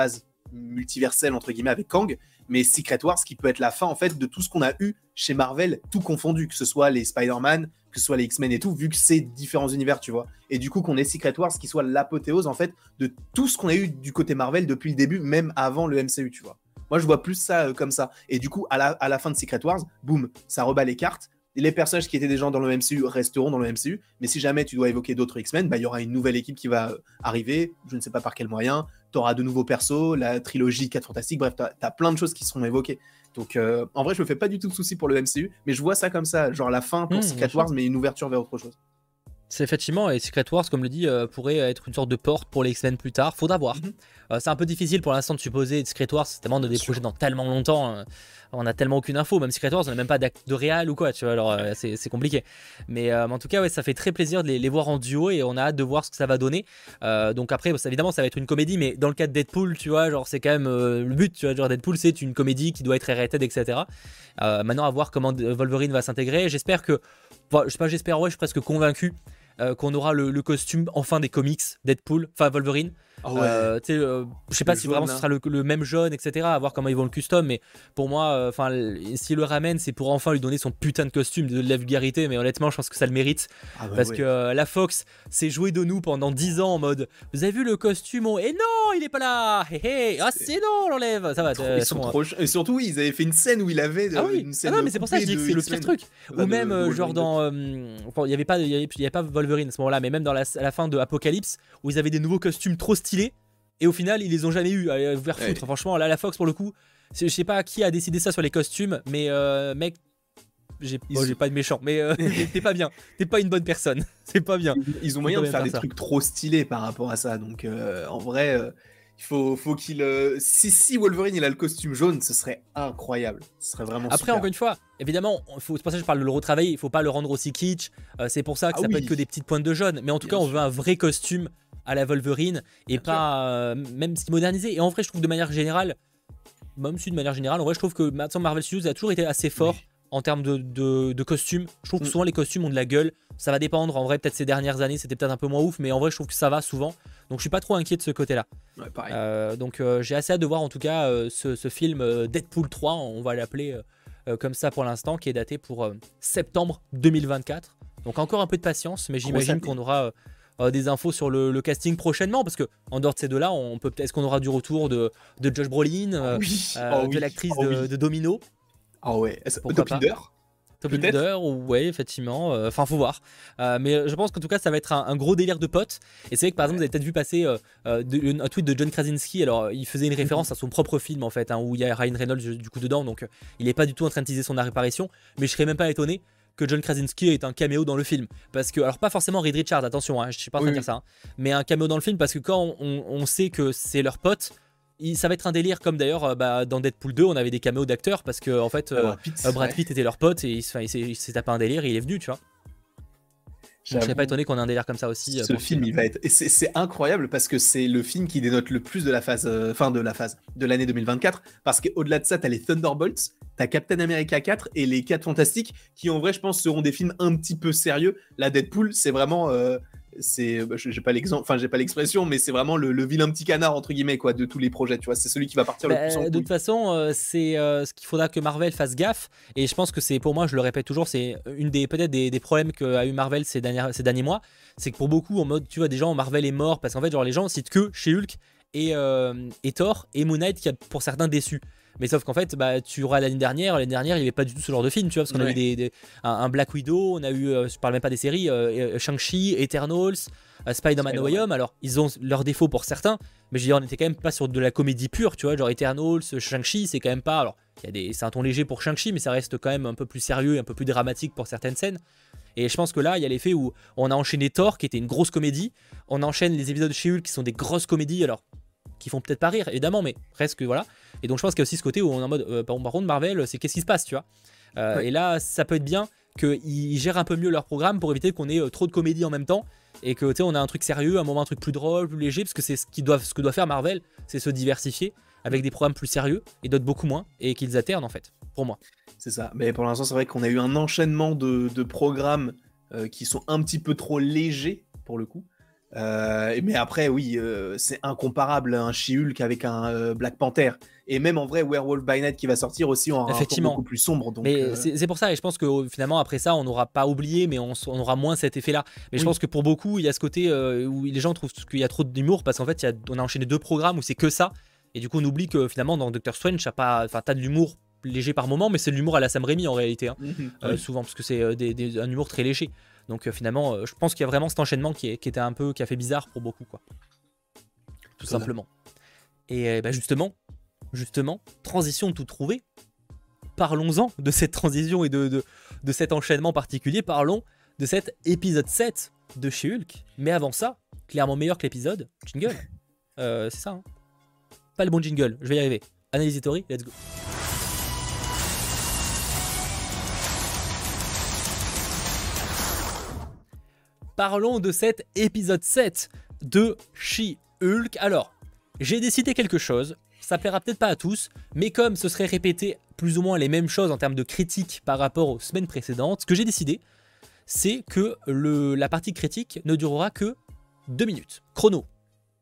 multiversel entre guillemets avec Kang, mais Secret Wars qui peut être la fin en fait de tout ce qu'on a eu chez Marvel, tout confondu, que ce soit les Spider-Man, que ce soit les X-Men et tout, vu que c'est différents univers, tu vois. Et du coup qu'on ait Secret Wars qui soit l'apothéose en fait de tout ce qu'on a eu du côté Marvel depuis le début, même avant le MCU, tu vois. Moi je vois plus ça comme ça. Et du coup à la fin de Secret Wars, boum, ça rebat les cartes. Les personnages qui étaient déjà dans le MCU resteront dans le MCU, mais si jamais tu dois évoquer d'autres X-Men, bah, y aura une nouvelle équipe qui va arriver, je ne sais pas par quel moyen, tu auras de nouveaux persos, la trilogie 4 Fantastiques, bref, tu as plein de choses qui seront évoquées. Donc en vrai, je me fais pas du tout de soucis pour le MCU, mais je vois ça comme ça, genre la fin pour Secret Wars, mais une ouverture vers autre chose.
C'est effectivement, et Secret Wars, comme le dit, pourrait être une sorte de porte pour les X-Men plus tard. Faudra voir. C'est un peu difficile pour l'instant de supposer. Secret Wars, c'est tellement des projets dans tellement longtemps. On a tellement aucune info. Même Secret Wars, on n'a même pas de réal ou quoi, tu vois. Alors c'est compliqué. Mais en tout cas, ouais, ça fait très plaisir de les voir en duo et on a hâte de voir ce que ça va donner. Donc après, évidemment, ça va être une comédie, mais dans le cas de Deadpool, tu vois, genre c'est quand même le but, tu vois. Genre Deadpool, c'est une comédie qui doit être rated, etc. Maintenant, à voir comment Wolverine va s'intégrer. J'espère que, je sais pas, j'espère, ouais, je suis presque convaincu. Qu'on aura le costume enfin des comics Deadpool, enfin Wolverine. Je sais pas si vraiment ce sera le même jaune, etc. À voir comment ils vont le custom, mais pour moi, s'il le ramène, c'est pour enfin lui donner son putain de costume de la vulgarité. Mais honnêtement, je pense que ça le mérite parce que la Fox s'est joué de nous pendant 10 ans en mode vous avez vu le costume, et non, il est pas là, c'est non, on l'enlève, ça va.
Ils sont trop et surtout, ils avaient fait une scène où il avait une scène.
Non, mais c'est pour ça que je dis que c'est le pire truc. Ou même genre dans, il y avait pas Wolverine à ce moment-là, mais même à la fin de Apocalypse où ils avaient des nouveaux costumes trop stylés. Et au final, ils les ont jamais eu. Allez, vous faire foutre. Franchement, là, la Fox, pour le coup, je sais pas qui a décidé ça sur les costumes, mais mec, j'ai pas de méchant, mais t'es pas bien. T'es pas une bonne personne. C'est pas bien.
Ils ont moyen de faire des trucs trop stylés par rapport à ça. Donc, en vrai, il faut qu'il. Si Wolverine il a le costume jaune, ce serait incroyable. Ce serait vraiment
Après,
super.
encore une fois, évidemment, c'est pour ça que je parle de le retravailler. Il faut pas le rendre aussi kitsch. C'est pour ça que ça peut être que des petites pointes de jaune. Mais en tout cas, on veut un vrai costume à la Wolverine et pas même si modernisé. Et en vrai, je trouve de manière générale, même si de manière générale, en vrai, je trouve que maintenant Marvel Studios a toujours été assez fort en termes de costumes. Je trouve que souvent les costumes ont de la gueule. Ça va dépendre. En vrai, peut-être ces dernières années, c'était peut-être un peu moins ouf, mais en vrai, je trouve que ça va souvent. Donc, je suis pas trop inquiet de ce côté-là.
Ouais, pareil.
Donc, j'ai assez hâte de voir en tout cas ce film Deadpool 3, on va l'appeler comme ça pour l'instant, qui est daté pour septembre 2024. Donc, encore un peu de patience, mais j'imagine qu'on aura des infos sur le casting prochainement, parce que en dehors de ces deux-là, est-ce qu'on aura du retour de Josh Brolin, de l'actrice de Domino?
Ah ouais, Top
Leader, ouais, effectivement. Enfin, faut voir. Mais je pense qu'en tout cas, ça va être un gros délire de potes. Et c'est vrai que par exemple, vous avez peut-être vu passer un tweet de John Krasinski. Alors, il faisait une référence à son propre film en fait, où il y a Ryan Reynolds du coup dedans. Donc, il n'est pas du tout en train de teaser son apparition. Mais je serais même pas étonné que John Krasinski ait un caméo dans le film. Parce que, alors pas forcément Reed Richards, attention, je suis pas en train de dire ça, mais un caméo dans le film parce que quand on sait que c'est leur pote, ça va être un délire comme d'ailleurs dans Deadpool 2 on avait des caméos d'acteurs parce que en fait Brad Pitt était leur pote et il s'est tapé un délire et il est venu, tu vois. Donc, je serais pas étonné qu'on ait un délire comme ça aussi.
Ce film, il va être. Et c'est incroyable parce que c'est le film qui dénote le plus de la phase. De l'année 2024. Parce qu'au-delà de ça, t'as les Thunderbolts, t'as Captain America 4 et les 4 Fantastiques qui, en vrai, je pense, seront des films un petit peu sérieux. La Deadpool, c'est vraiment. J'ai pas l'exemple, enfin j'ai pas l'expression, mais c'est vraiment le vilain petit canard entre guillemets quoi de tous les projets, tu vois, c'est celui qui va partir le plus en couille.
De toute façon, c'est ce qu'il faudra que Marvel fasse gaffe, et je pense que c'est, pour moi, je le répète toujours, c'est une des peut-être des problèmes qu'a eu Marvel ces derniers mois, c'est que pour beaucoup en mode, tu vois, des gens, Marvel est mort parce qu'en fait genre les gens citent que chez Hulk et Thor et Moon Knight qui a pour certains déçu. Mais sauf qu'en fait, tu auras l'année dernière, il n'y avait pas du tout ce genre de film, tu vois, parce qu'on a eu un Black Widow, on a eu, je parle même pas des séries, Shang-Chi, Eternals, Spider-Man No Way Home. Alors, ils ont leurs défauts pour certains, mais je veux dire, on était quand même pas sur de la comédie pure, tu vois, genre Eternals, Shang-Chi, c'est quand même pas. Alors, c'est un ton léger pour Shang-Chi, mais ça reste quand même un peu plus sérieux, un peu plus dramatique pour certaines scènes. Et je pense que là, il y a l'effet où on a enchaîné Thor, qui était une grosse comédie, on enchaîne les épisodes de chez Hulk qui sont des grosses comédies, alors qui font peut-être pas rire évidemment, mais presque, voilà. Et donc je pense qu'il y a aussi ce côté où on est en mode par contre Marvel, c'est qu'est-ce qui se passe, tu vois. Et là ça peut être bien qu'ils gèrent un peu mieux leur programme pour éviter qu'on ait trop de comédie en même temps et que tu sais, on a un truc sérieux, un moment un truc plus drôle, plus léger, parce que c'est ce que doit faire Marvel, c'est se diversifier avec des programmes plus sérieux et d'autres beaucoup moins, et qu'ils alternent en fait, pour moi.
C'est ça, mais pour l'instant c'est vrai qu'on a eu un enchaînement de programmes qui sont un petit peu trop légers pour le coup. Mais après, oui, c'est incomparable un She-Hulk avec un Black Panther. Et même en vrai, Werewolf by Night qui va sortir aussi en un ton beaucoup plus sombre. Donc,
mais c'est pour ça, et je pense que finalement après ça, on n'aura pas oublié, mais on aura moins cet effet-là. Mais je pense que pour beaucoup, il y a ce côté où les gens trouvent qu'il y a trop d'humour parce qu'en fait, on a enchaîné 2 programmes où c'est que ça. Et du coup, on oublie que finalement, dans Doctor Strange, t'as de l'humour léger par moment, mais c'est de l'humour à la Sam Raimi en réalité, hein, souvent, parce que c'est un humour très léger. Donc finalement, je pense qu'il y a vraiment cet enchaînement qui a fait bizarre pour beaucoup, quoi. Tout simplement. Et justement, transition tout trouvé. Parlons-en de cette transition et de cet enchaînement particulier. Parlons de cet épisode 7 de She-Hulk. Mais avant ça, clairement meilleur que l'épisode, jingle. C'est ça, hein. Pas le bon jingle, je vais y arriver. Analyse Theory, let's go. Parlons de cet épisode 7 de She-Hulk. Alors, j'ai décidé quelque chose, ça plaira peut-être pas à tous, mais comme ce serait répété plus ou moins les mêmes choses en termes de critique par rapport aux semaines précédentes, ce que j'ai décidé, c'est que la partie critique ne durera que 2 minutes. Chrono. D'accord ?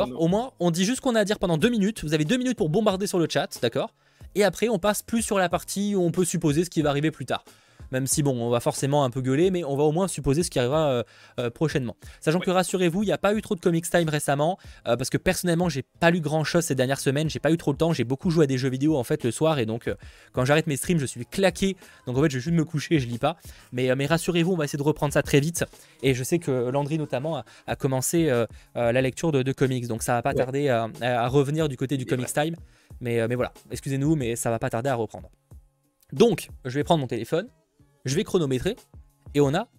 Au moins, on dit juste ce qu'on a à dire pendant 2 minutes. Vous avez 2 minutes pour bombarder sur le chat, d'accord ? Et après, on passe plus sur la partie où on peut supposer ce qui va arriver plus tard. Même si, bon, on va forcément un peu gueuler, mais on va au moins supposer ce qui arrivera prochainement. Sachant que, rassurez-vous, il n'y a pas eu trop de Comics Time récemment, parce que personnellement, j'ai pas lu grand-chose ces dernières semaines, j'ai pas eu trop le temps, j'ai beaucoup joué à des jeux vidéo en fait le soir, et donc quand j'arrête mes streams, je suis claqué, donc en fait, je vais juste me coucher et je lis pas. Mais rassurez-vous, on va essayer de reprendre ça très vite, et je sais que Landry notamment a commencé la lecture de comics, donc ça va pas tarder à revenir du côté du Comics Time, mais voilà, excusez-nous, mais ça va pas tarder à reprendre. Donc, je vais prendre mon téléphone, je vais chronométrer et on a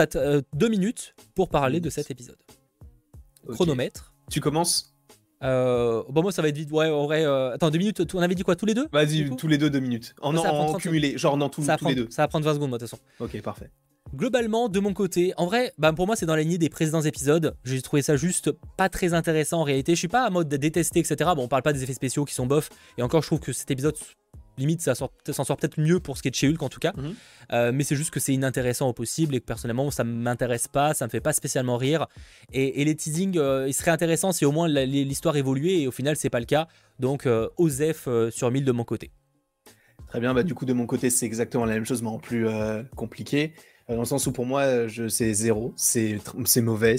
2 minutes pour parler de cet épisode. Okay. Chronomètre.
Tu commences
Bon, moi ça va être vite. Ouais, en vrai. Attends, 2 minutes. On avait dit quoi tous les deux?
Vas-y, tous les deux 2 minutes. En cumulé, genre dans tous les deux.
Ça va prendre 20 secondes, moi, de toute façon.
Ok, parfait.
Globalement, de mon côté, en vrai, pour moi c'est dans la lignée des précédents épisodes. J'ai trouvé ça juste pas très intéressant en réalité. Je suis pas en mode de détester, etc. Bon, on parle pas des effets spéciaux qui sont bof. Et encore, je trouve que cet épisode, limite, ça s'en sort peut-être mieux pour ce qui est de chez Hulk en tout cas. Mais c'est juste que c'est inintéressant au possible et que personnellement, ça m'intéresse pas, ça me fait pas spécialement rire. Et les teasings, il serait intéressant si au moins l'histoire évoluait et au final, c'est pas le cas. Donc, OSEF sur 1000 de mon côté.
Très bien, du coup, de mon côté, c'est exactement la même chose, mais en plus compliqué. Dans le sens où pour moi, c'est 0, c'est mauvais,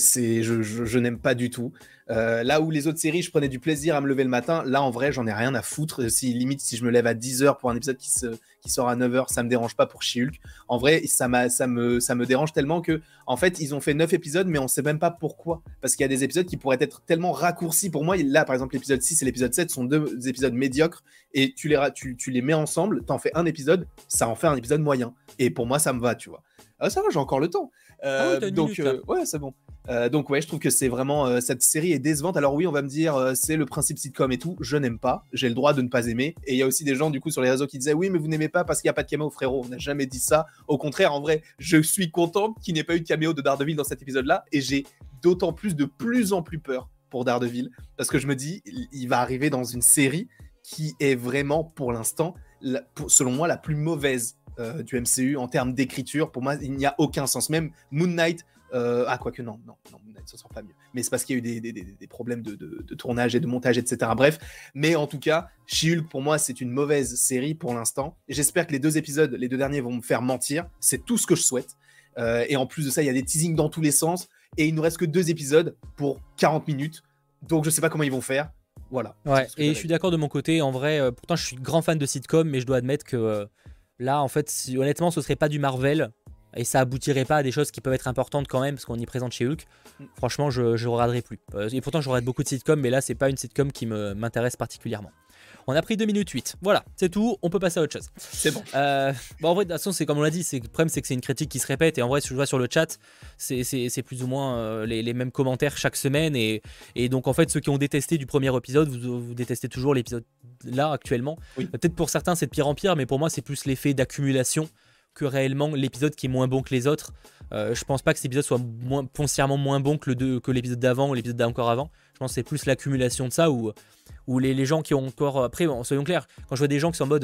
je n'aime pas du tout. Là où les autres séries, je prenais du plaisir à me lever le matin, là en vrai, j'en ai rien à foutre. Limite, si je me lève à 10h pour un épisode qui sort à 9h, ça me dérange pas pour She-Hulk. En vrai, ça me dérange tellement que, en fait, ils ont fait 9 épisodes, mais on sait même pas pourquoi. Parce qu'il y a des épisodes qui pourraient être tellement raccourcis pour moi. Là, par exemple, l'épisode 6 et l'épisode 7 sont 2 épisodes médiocres et tu les mets ensemble, t'en fais un épisode, ça en fait un épisode moyen. Et pour moi, ça me va, tu vois. Ah, ça va, j'ai encore le temps. Donc, ouais, c'est bon. Donc, ouais, je trouve que c'est vraiment. Cette série est décevante. Alors, oui, on va me dire, c'est le principe sitcom et tout. Je n'aime pas. J'ai le droit de ne pas aimer. Et il y a aussi des gens, du coup, sur les réseaux qui disaient, oui, mais vous n'aimez pas parce qu'il n'y a pas de caméo, frérot. On n'a jamais dit ça. Au contraire, en vrai, je suis content qu'il n'y ait pas eu de caméo de Daredevil dans cet épisode-là. Et j'ai d'autant plus en plus peur pour Daredevil. Parce que je me dis, il va arriver dans une série qui est vraiment, pour l'instant, selon moi, la plus mauvaise du MCU en termes d'écriture. Pour moi, il n'y a aucun sens. Même Moon Knight, quoique non, Moon Knight, ça sort pas mieux. Mais c'est parce qu'il y a eu des problèmes de tournage et de montage, etc. Bref, mais en tout cas, She-Hulk, pour moi, c'est une mauvaise série pour l'instant. J'espère que les 2 épisodes, les 2 derniers, vont me faire mentir. C'est tout ce que je souhaite. Et en plus de ça, il y a des teasings dans tous les sens. Et il nous reste que 2 épisodes pour 40 minutes. Donc, je sais pas comment ils vont faire. Voilà.
Ouais, et je suis d'accord de mon côté. En vrai, pourtant, je suis grand fan de sitcom, mais je dois admettre que là, en fait, honnêtement, ce serait pas du Marvel et ça aboutirait pas à des choses qui peuvent être importantes quand même parce qu'on y présente chez Hulk. Franchement, je regarderai plus. Et pourtant, je regarde beaucoup de sitcoms, mais là, c'est pas une sitcom qui m'intéresse particulièrement. On a pris 2 minutes 8. Voilà, c'est tout. On peut passer à autre chose.
C'est bon.
En vrai, de toute façon, c'est comme on l'a dit. Le problème, c'est que c'est une critique qui se répète. Et en vrai, si je vois sur le chat, c'est plus ou moins les mêmes commentaires chaque semaine. Et donc, en fait, ceux qui ont détesté du premier épisode, vous détestez toujours l'épisode là actuellement. Oui. Peut-être pour certains, c'est de pire en pire, mais pour moi, c'est plus l'effet d'accumulation que réellement l'épisode qui est moins bon que les autres. Je pense pas que cet épisode soit foncièrement moins bon que l'épisode d'avant ou l'épisode d'encore avant. Je pense que c'est plus l'accumulation de ça où les gens qui ont encore... Après, soyons clairs, quand je vois des gens qui sont en mode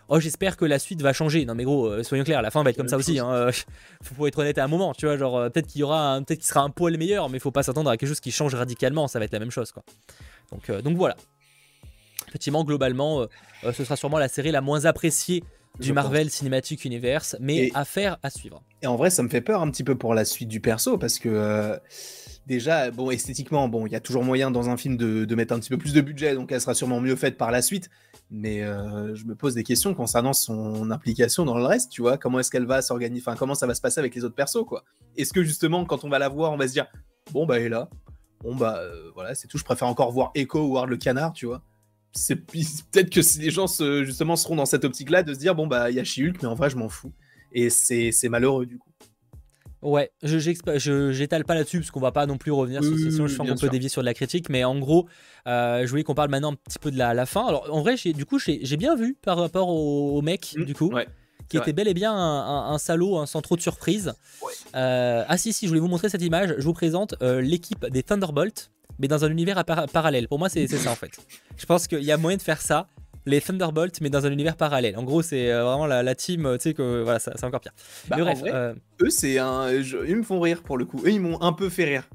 oh j'espère que la suite va changer. Non mais gros, soyons clairs, la fin va être comme ça aussi. Hein. Faut être honnête à un moment, tu vois, genre peut-être qu'il y aura, peut-être qu'il sera un poil meilleur, mais faut pas s'attendre à quelque chose qui change radicalement. Ça va être la même chose, quoi. Donc voilà. Effectivement, globalement, ce sera sûrement la série la moins appréciée du Marvel Cinematic Universe, mais affaire à suivre.
Et en vrai, ça me fait peur un petit peu pour la suite du perso, parce que déjà, bon, esthétiquement, bon, il y a toujours moyen dans un film de mettre un petit peu plus de budget, donc elle sera sûrement mieux faite par la suite. Mais je me pose des questions concernant son implication dans le reste, tu vois. Comment est-ce qu'elle va s'organiser, enfin, comment ça va se passer avec les autres persos, quoi. Est-ce que justement, quand on va la voir, on va se dire, bon, bah, elle est là. Bon, bah, voilà, c'est tout. Je préfère encore voir Echo ou Howard le canard, tu vois. C'est peut-être que si les gens justement seront dans cette optique-là de se dire, bon, bah, il y a She-Hulk, mais en vrai, je m'en fous. Et c'est malheureux, du coup.
Ouais, j'étale pas là-dessus parce qu'on va pas non plus revenir sur cette question. Je sens qu'on peut dévier sur de la critique, mais en gros, je voulais qu'on parle maintenant un petit peu de la fin. Alors en vrai, j'ai bien vu par rapport au mec, du coup, qui était bel et bien un salaud, sans trop de surprise.
Ouais.
Ah si, je voulais vous montrer cette image. Je vous présente l'équipe des Thunderbolts, mais dans un univers parallèle. Pour moi, c'est ça en fait. Je pense qu'il y a moyen de faire ça. Les Thunderbolts, mais dans un univers parallèle. En gros, c'est vraiment la team, tu sais que voilà, c'est encore pire.
Bah, mais bref, vrai, eux, ils me font rire pour le coup. Eux, ils m'ont un peu fait rire.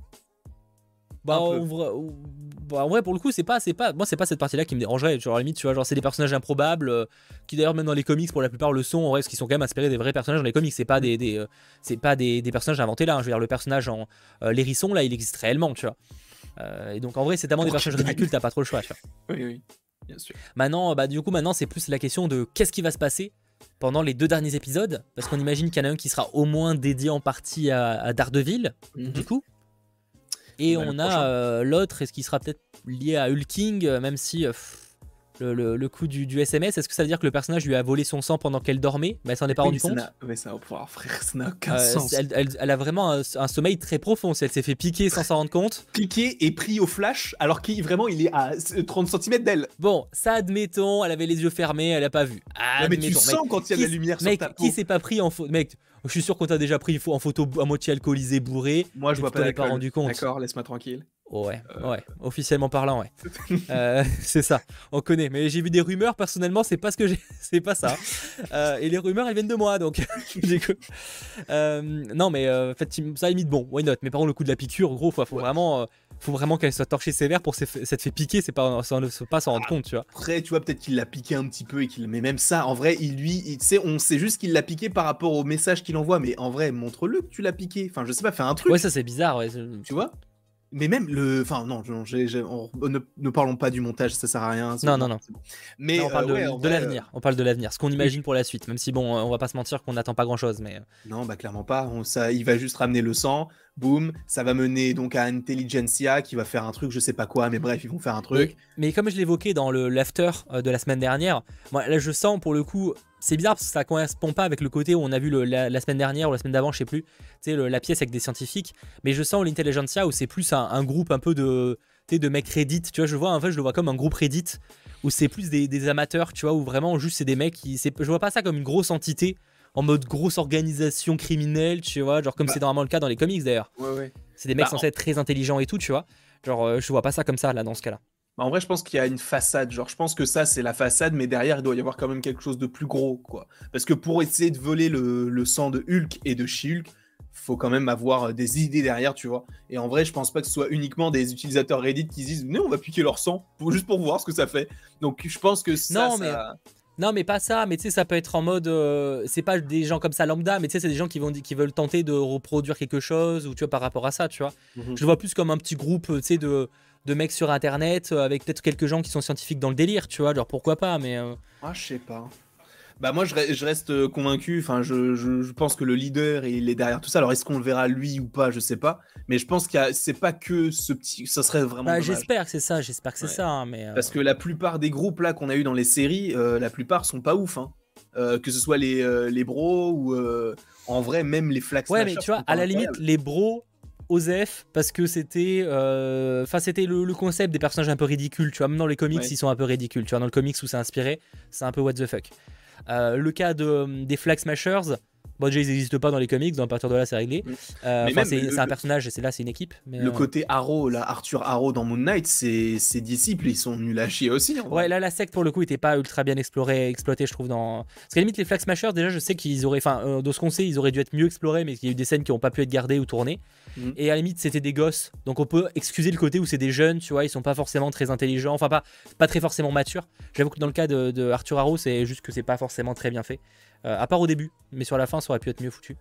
En vrai, pour le coup, c'est pas cette partie-là qui me dérangerait. Genre, à la limite, tu vois, genre, c'est des personnages improbables qui, d'ailleurs, même dans les comics, pour la plupart, le sont en vrai, parce qu'ils sont quand même inspirés des vrais personnages dans les comics. C'est pas des personnages inventés là. Hein. Je veux dire, le personnage en l'hérisson, là, il existe réellement, tu vois. Et donc, en vrai, c'est tellement des personnages ridicules, t'as pas trop le choix, tu vois.
Oui. Bien sûr.
Maintenant, maintenant, c'est plus la question de qu'est-ce qui va se passer pendant les 2 derniers épisodes, parce qu'on imagine qu'il y en a un qui sera au moins dédié en partie à Daredevil, du coup. Et on a l'autre, est-ce qu'il sera peut-être lié à Hulking, même si le coup du SMS, est-ce que ça veut dire que le personnage lui a volé son sang pendant qu'elle dormait, mais elle s'en est pas rendu compte?
Mais ça va pouvoir, frère, ça n'a aucun sens.
Elle a vraiment un sommeil très profond, si elle s'est fait piquer sans s'en rendre compte.
Piqué et pris au flash, alors qu'il est à 30 cm d'elle.
Bon, ça admettons, elle avait les yeux fermés, elle a pas vu.
Mais tu sens quand il y a de la lumière sur ta peau.
Qui s'est pas pris en photo? Mec, je suis sûr qu'on t'a déjà pris en photo à moitié alcoolisé, bourré.
Moi, je vois pas
pas rendu compte.
D'accord, laisse-moi tranquille.
Ouais, officiellement parlant, ouais. C'est ça, on connaît. Mais j'ai vu des rumeurs, personnellement, c'est pas ce que j'ai, c'est pas ça. Et les rumeurs, elles viennent de moi, donc. Non, mais en fait, ça limite bon, why not. Mais par contre, le coup de la piqûre, gros, faut vraiment qu'elle soit torchée sévère pour s'être fait piquer, c'est pas s'en rendre compte, tu vois.
Après, tu vois, peut-être qu'il l'a piqué un petit peu mais même ça, en vrai, on sait juste qu'il l'a piqué par rapport au message qu'il envoie, mais en vrai, montre-le que tu l'as piqué. Enfin, je sais pas, fais un truc.
Ouais, ça c'est bizarre, ouais.
Tu vois. Mais même enfin non, ne parlons pas du montage, ça sert à rien.
Non.
Bon. Mais
on parle de l'avenir. On parle de l'avenir, ce qu'on imagine pour la suite. Même si bon, on va pas se mentir qu'on n'attend pas grand chose, mais.
Non, bah clairement pas. Il va juste ramener le sang, boum, ça va mener donc à Intelligentsia qui va faire un truc, je sais pas quoi, mais bref, ils vont faire un truc.
Mais comme je l'évoquais dans l'after de la semaine dernière, moi là je sens pour le coup. C'est bizarre parce que ça correspond pas avec le côté où on a vu la semaine dernière ou la semaine d'avant, je sais plus, tu sais, la pièce avec des scientifiques. Mais je sens l'Intelligentsia où c'est plus un groupe un peu de mecs Reddit. Tu vois, je le vois comme un groupe Reddit où c'est plus des amateurs, tu vois, où vraiment juste c'est des mecs je vois pas ça comme une grosse entité en mode grosse organisation criminelle, tu vois, genre comme c'est normalement le cas dans les comics d'ailleurs.
Ouais.
C'est des mecs censés être très intelligents et tout, tu vois. Genre, je vois pas ça comme ça là dans ce cas-là.
En vrai, je pense qu'il y a une façade. Genre, je pense que ça, c'est la façade, mais derrière, il doit y avoir quand même quelque chose de plus gros, quoi. Parce que pour essayer de voler le sang de Hulk et de She-Hulk, faut quand même avoir des idées derrière, tu vois. Et en vrai, je pense pas que ce soit uniquement des utilisateurs Reddit qui se disent, venez, on va piquer leur sang, juste pour voir ce que ça fait. Donc, je pense que
Non, mais pas ça, mais tu sais, ça peut être en mode. C'est pas des gens comme ça lambda, mais tu sais, c'est des gens qui veulent tenter de reproduire quelque chose, ou tu vois, par rapport à ça, tu vois. Je le vois plus comme un petit groupe, tu sais, de mecs sur internet, avec peut-être quelques gens qui sont scientifiques dans le délire, tu vois, genre pourquoi pas, mais.
Ah, je sais pas. Bah, moi, je reste convaincu, enfin, je pense que le leader, il est derrière tout ça. Alors, est-ce qu'on le verra lui ou pas, je sais pas. Mais je pense que c'est pas que ce petit. Ça serait vraiment. Bah,
j'espère que c'est ça, hein, mais.
Parce que la plupart des groupes là qu'on a eu dans les séries, la plupart sont pas ouf, hein. Que ce soit les bros ou en vrai, même les Flag Smashers.
Ouais, mais tu vois, à la limite, les bros. Osef, parce que c'était le concept des personnages un peu ridicules, tu vois, même dans les comics ils sont un peu ridicules, tu vois, dans le comics où c'est inspiré, c'est un peu what the fuck. Le cas des Flag Smashers, Bon, déjà, ils n'existent pas dans les comics, donc à partir de là, c'est réglé. C'est un personnage, c'est une équipe. Mais,
le côté Arrow, là, Arthur Arrow dans Moon Knight, ses disciples, ils sont nuls à chier aussi.
Ouais, là, la secte, pour le coup, était pas ultra bien exploitée, je trouve. Parce qu'à la limite, les Flag Smashers, déjà, je sais qu'ils auraient. Enfin, de ce qu'on sait, ils auraient dû être mieux explorés, mais il y a eu des scènes qui n'ont pas pu être gardées ou tournées. Et à la limite, c'était des gosses. Donc, on peut excuser le côté où c'est des jeunes, tu vois, ils sont pas forcément très intelligents, enfin, pas très forcément matures. J'avoue que dans le cas de Arthur Arrow, c'est juste que c'est pas forcément très bien fait. À part au début, mais sur la fin, ça aurait pu être mieux foutu.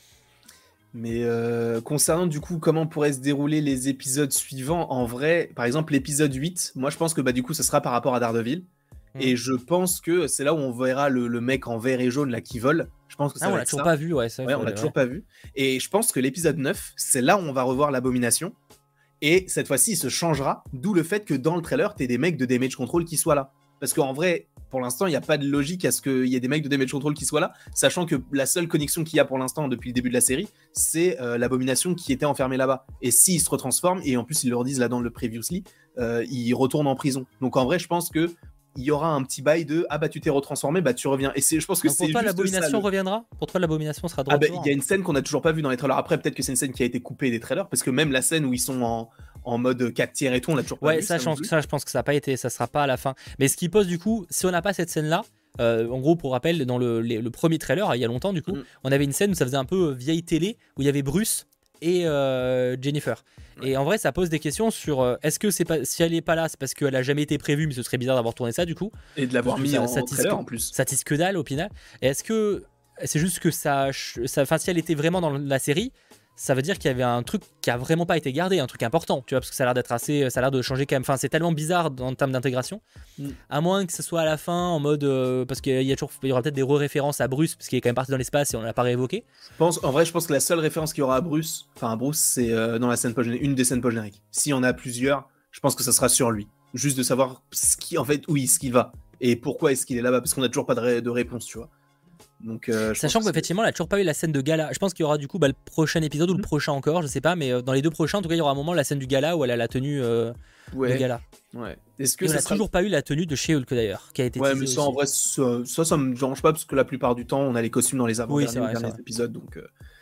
Mais concernant du coup comment pourraient se dérouler les épisodes suivants, en vrai, par exemple l'épisode 8, moi je pense que du coup ce sera par rapport à Daredevil. Et je pense que c'est là où on verra le mec en vert et jaune là qui vole. Je pense que ça
on
va
l'a
être
toujours
ça.
pas vu, ouais.
On l'a toujours pas vu. Et je pense que l'épisode 9, c'est là où on va revoir l'Abomination. Et cette fois-ci, il se changera, d'où le fait que dans le trailer, t'aies des mecs de Damage Control qui soient là. Parce qu'en vrai, pour l'instant, il n'y a pas de logique à ce qu'il y ait des mecs de Damage Control qui soient là, sachant que la seule connexion qu'il y a pour l'instant depuis le début de la série, c'est l'Abomination qui était enfermée là-bas. Et s'il se retransforme, et en plus ils leur disent là dans le Previously, il retourne en prison. Donc en vrai, je pense que il y aura un petit bail de tu t'es retransformé, tu reviens. Et je pense que c'est
pour toi l'Abomination reviendra. Pour toi l'Abomination sera de retour.
Il y a une scène qu'on n'a toujours pas vue dans les trailers. Après peut-être que c'est une scène qui a été coupée des trailers, parce que même la scène où ils sont en mode 4 tiers et tout, on l'a toujours pas vu.
Ouais, ça je pense que ça n'a pas été, ça sera pas à la fin. Mais ce qui pose du coup, si on n'a pas cette scène là, en gros pour rappel, dans le premier trailer, il y a longtemps du coup, on avait une scène où ça faisait un peu vieille télé, où il y avait Bruce et Jennifer. Et en vrai, ça pose des questions sur est-ce que c'est pas, si elle est pas là, c'est parce qu'elle a jamais été prévue, mais ce serait bizarre d'avoir tourné ça du coup.
Et de l'avoir mis en trailer en plus.
Ça tisse que dalle au final. Et est-ce que c'est juste que enfin, si elle était vraiment dans la série, ça veut dire qu'il y avait un truc qui a vraiment pas été gardé, un truc important, tu vois, parce que ça a l'air d'être assez, ça a l'air de changer quand même. Enfin, c'est tellement bizarre en termes d'intégration, à moins que ce soit à la fin en mode, parce qu'il y aura peut-être des références à Bruce, parce qu'il est quand même parti dans l'espace et on l'a pas réévoqué.
En vrai, je pense que la seule référence qu'il y aura à Bruce, c'est dans la scène une des scènes post-génériques. S'il y en a plusieurs, je pense que ça sera sur lui, juste de savoir où est-ce qu'il va et pourquoi est-ce qu'il est là-bas, parce qu'on a toujours pas de réponse, tu vois. Donc,
sachant qu'effectivement, on n'a toujours pas eu la scène de gala. Je pense qu'il y aura du coup le prochain épisode ou le prochain encore, je sais pas, mais dans les deux prochains, en tout cas, il y aura un moment la scène du gala où elle a la tenue de gala.
Ouais.
Est-ce que on n'a toujours pas eu la tenue de chez Hulk d'ailleurs, qui a été.
Ouais, mais ça, en vrai, ça me dérange pas parce que la plupart du temps, on a les costumes dans les derniers épisodes, donc.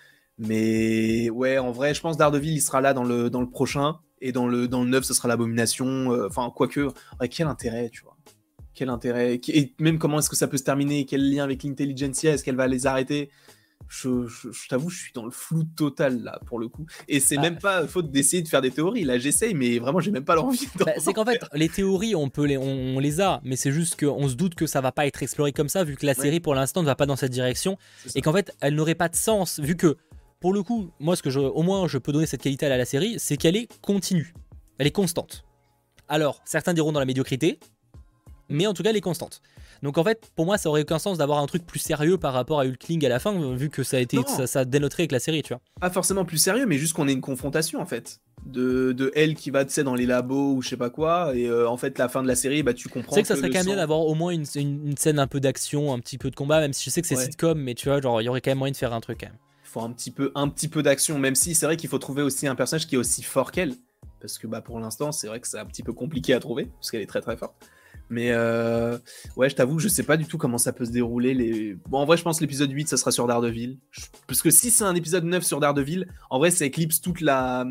Mais ouais, en vrai, je pense Daredevil, il sera là dans le prochain, et dans le 9, ce sera l'Abomination. Enfin, quoique, quel intérêt, tu vois. Quel intérêt, et même comment est-ce que ça peut se terminer, quel lien avec l'Intelligentsia, est-ce qu'elle va les arrêter? Je t'avoue, je suis dans le flou total là pour le coup, et c'est même pas faute d'essayer de faire des théories, là j'essaye, mais vraiment j'ai même pas l'envie
c'est qu'en fait les théories on les a, mais c'est juste qu'on se doute que ça va pas être exploré comme ça, vu que la série pour l'instant ne va pas dans cette direction, et qu'en fait elle n'aurait pas de sens, vu que pour le coup, moi au moins je peux donner cette qualité à la série, c'est qu'elle est continue, elle est constante. Alors certains diront dans la médiocrité, mais en tout cas elle est constante. Donc en fait pour moi ça aurait aucun sens d'avoir un truc plus sérieux par rapport à Hulkling à la fin, vu que ça a été ça dénoterait avec la série, tu vois.
Pas forcément plus sérieux, mais juste qu'on ait une confrontation en fait de elle qui va, tu sais, dans les labos ou je sais pas quoi, et en fait la fin de la série, tu comprends.
C'est que ça serait quand même bien d'avoir au moins une scène un peu d'action, un petit peu de combat, même si je sais que c'est sitcom, mais tu vois, genre il y aurait quand même moyen de faire un truc quand même.
Il faut un petit peu d'action, même si c'est vrai qu'il faut trouver aussi un personnage qui est aussi fort qu'elle, parce que pour l'instant c'est vrai que c'est un petit peu compliqué à trouver, parce qu'elle est très très forte. Mais ouais, je t'avoue, je sais pas du tout comment ça peut se dérouler. Bon, en vrai, je pense que l'épisode 8, ça sera sur Daredevil. Parce que si c'est un épisode 9 sur Daredevil, en vrai, ça éclipse toute la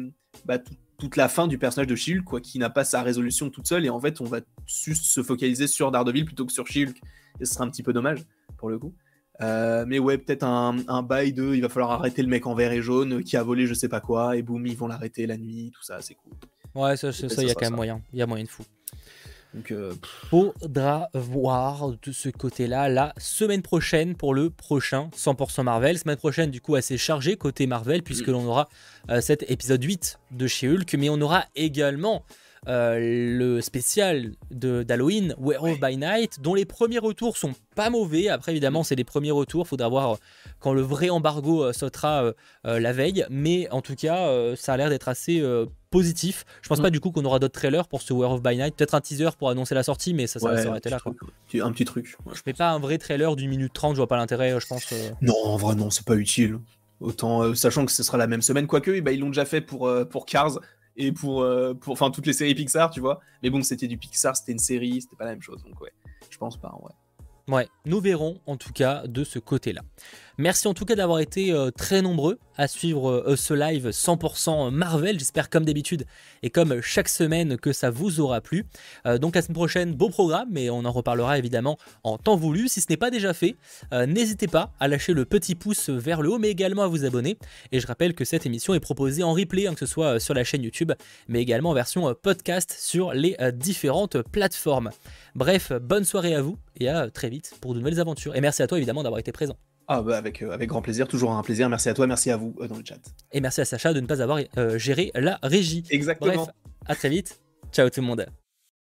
fin du personnage de She-Hulk, quoi, qui n'a pas sa résolution toute seule. Et en fait, on va juste se focaliser sur Daredevil plutôt que sur She-Hulk. Et ce sera un petit peu dommage, pour le coup. Mais ouais, peut-être un bail de il va falloir arrêter le mec en vert et jaune qui a volé je sais pas quoi. Et boum, ils vont l'arrêter la nuit, tout ça, c'est cool.
Ouais, ça il y a quand même moyen. Il y a moyen de fou.
Donc,
faudra voir de ce côté-là la semaine prochaine pour le prochain 100% Marvel. Semaine prochaine, du coup, assez chargée côté Marvel, puisque l'on aura cet épisode 8 de chez Hulk, mais on aura également le spécial d'Halloween, Werewolf by Night, dont les premiers retours sont pas mauvais. Après, évidemment, c'est les premiers retours. Faudra voir quand le vrai embargo sautera la veille. Mais en tout cas, ça a l'air d'être assez positif. Je pense pas du coup qu'on aura d'autres trailers pour ce Werewolf by Night. Peut-être un teaser pour annoncer la sortie, mais ça aurait été là.
Un petit truc.
Je mets pas un vrai trailer d'1 minute 30, je vois pas l'intérêt, je pense.
Non, en vrai, non, c'est pas utile. Autant, sachant que ce sera la même semaine, quoique, ils l'ont déjà fait pour Cars. Et pour toutes les séries Pixar, tu vois. Mais bon, c'était du Pixar, c'était une série, c'était pas la même chose. Donc ouais, je pense pas, en vrai.
Ouais, nous verrons en tout cas de ce côté-là. Merci en tout cas d'avoir été très nombreux à suivre ce live 100% Marvel. J'espère comme d'habitude et comme chaque semaine que ça vous aura plu. Donc la semaine prochaine, beau programme, mais on en reparlera évidemment en temps voulu. Si ce n'est pas déjà fait, n'hésitez pas à lâcher le petit pouce vers le haut, mais également à vous abonner. Et je rappelle que cette émission est proposée en replay, que ce soit sur la chaîne YouTube, mais également en version podcast sur les différentes plateformes. Bref, bonne soirée à vous et à très vite pour de nouvelles aventures. Et merci à toi évidemment d'avoir été présent.
Ah bah avec grand plaisir, toujours un plaisir. Merci à toi, merci à vous dans le chat.
Et merci à Sacha de ne pas avoir géré la régie.
Exactement.
Bref, à très vite. Ciao tout le monde.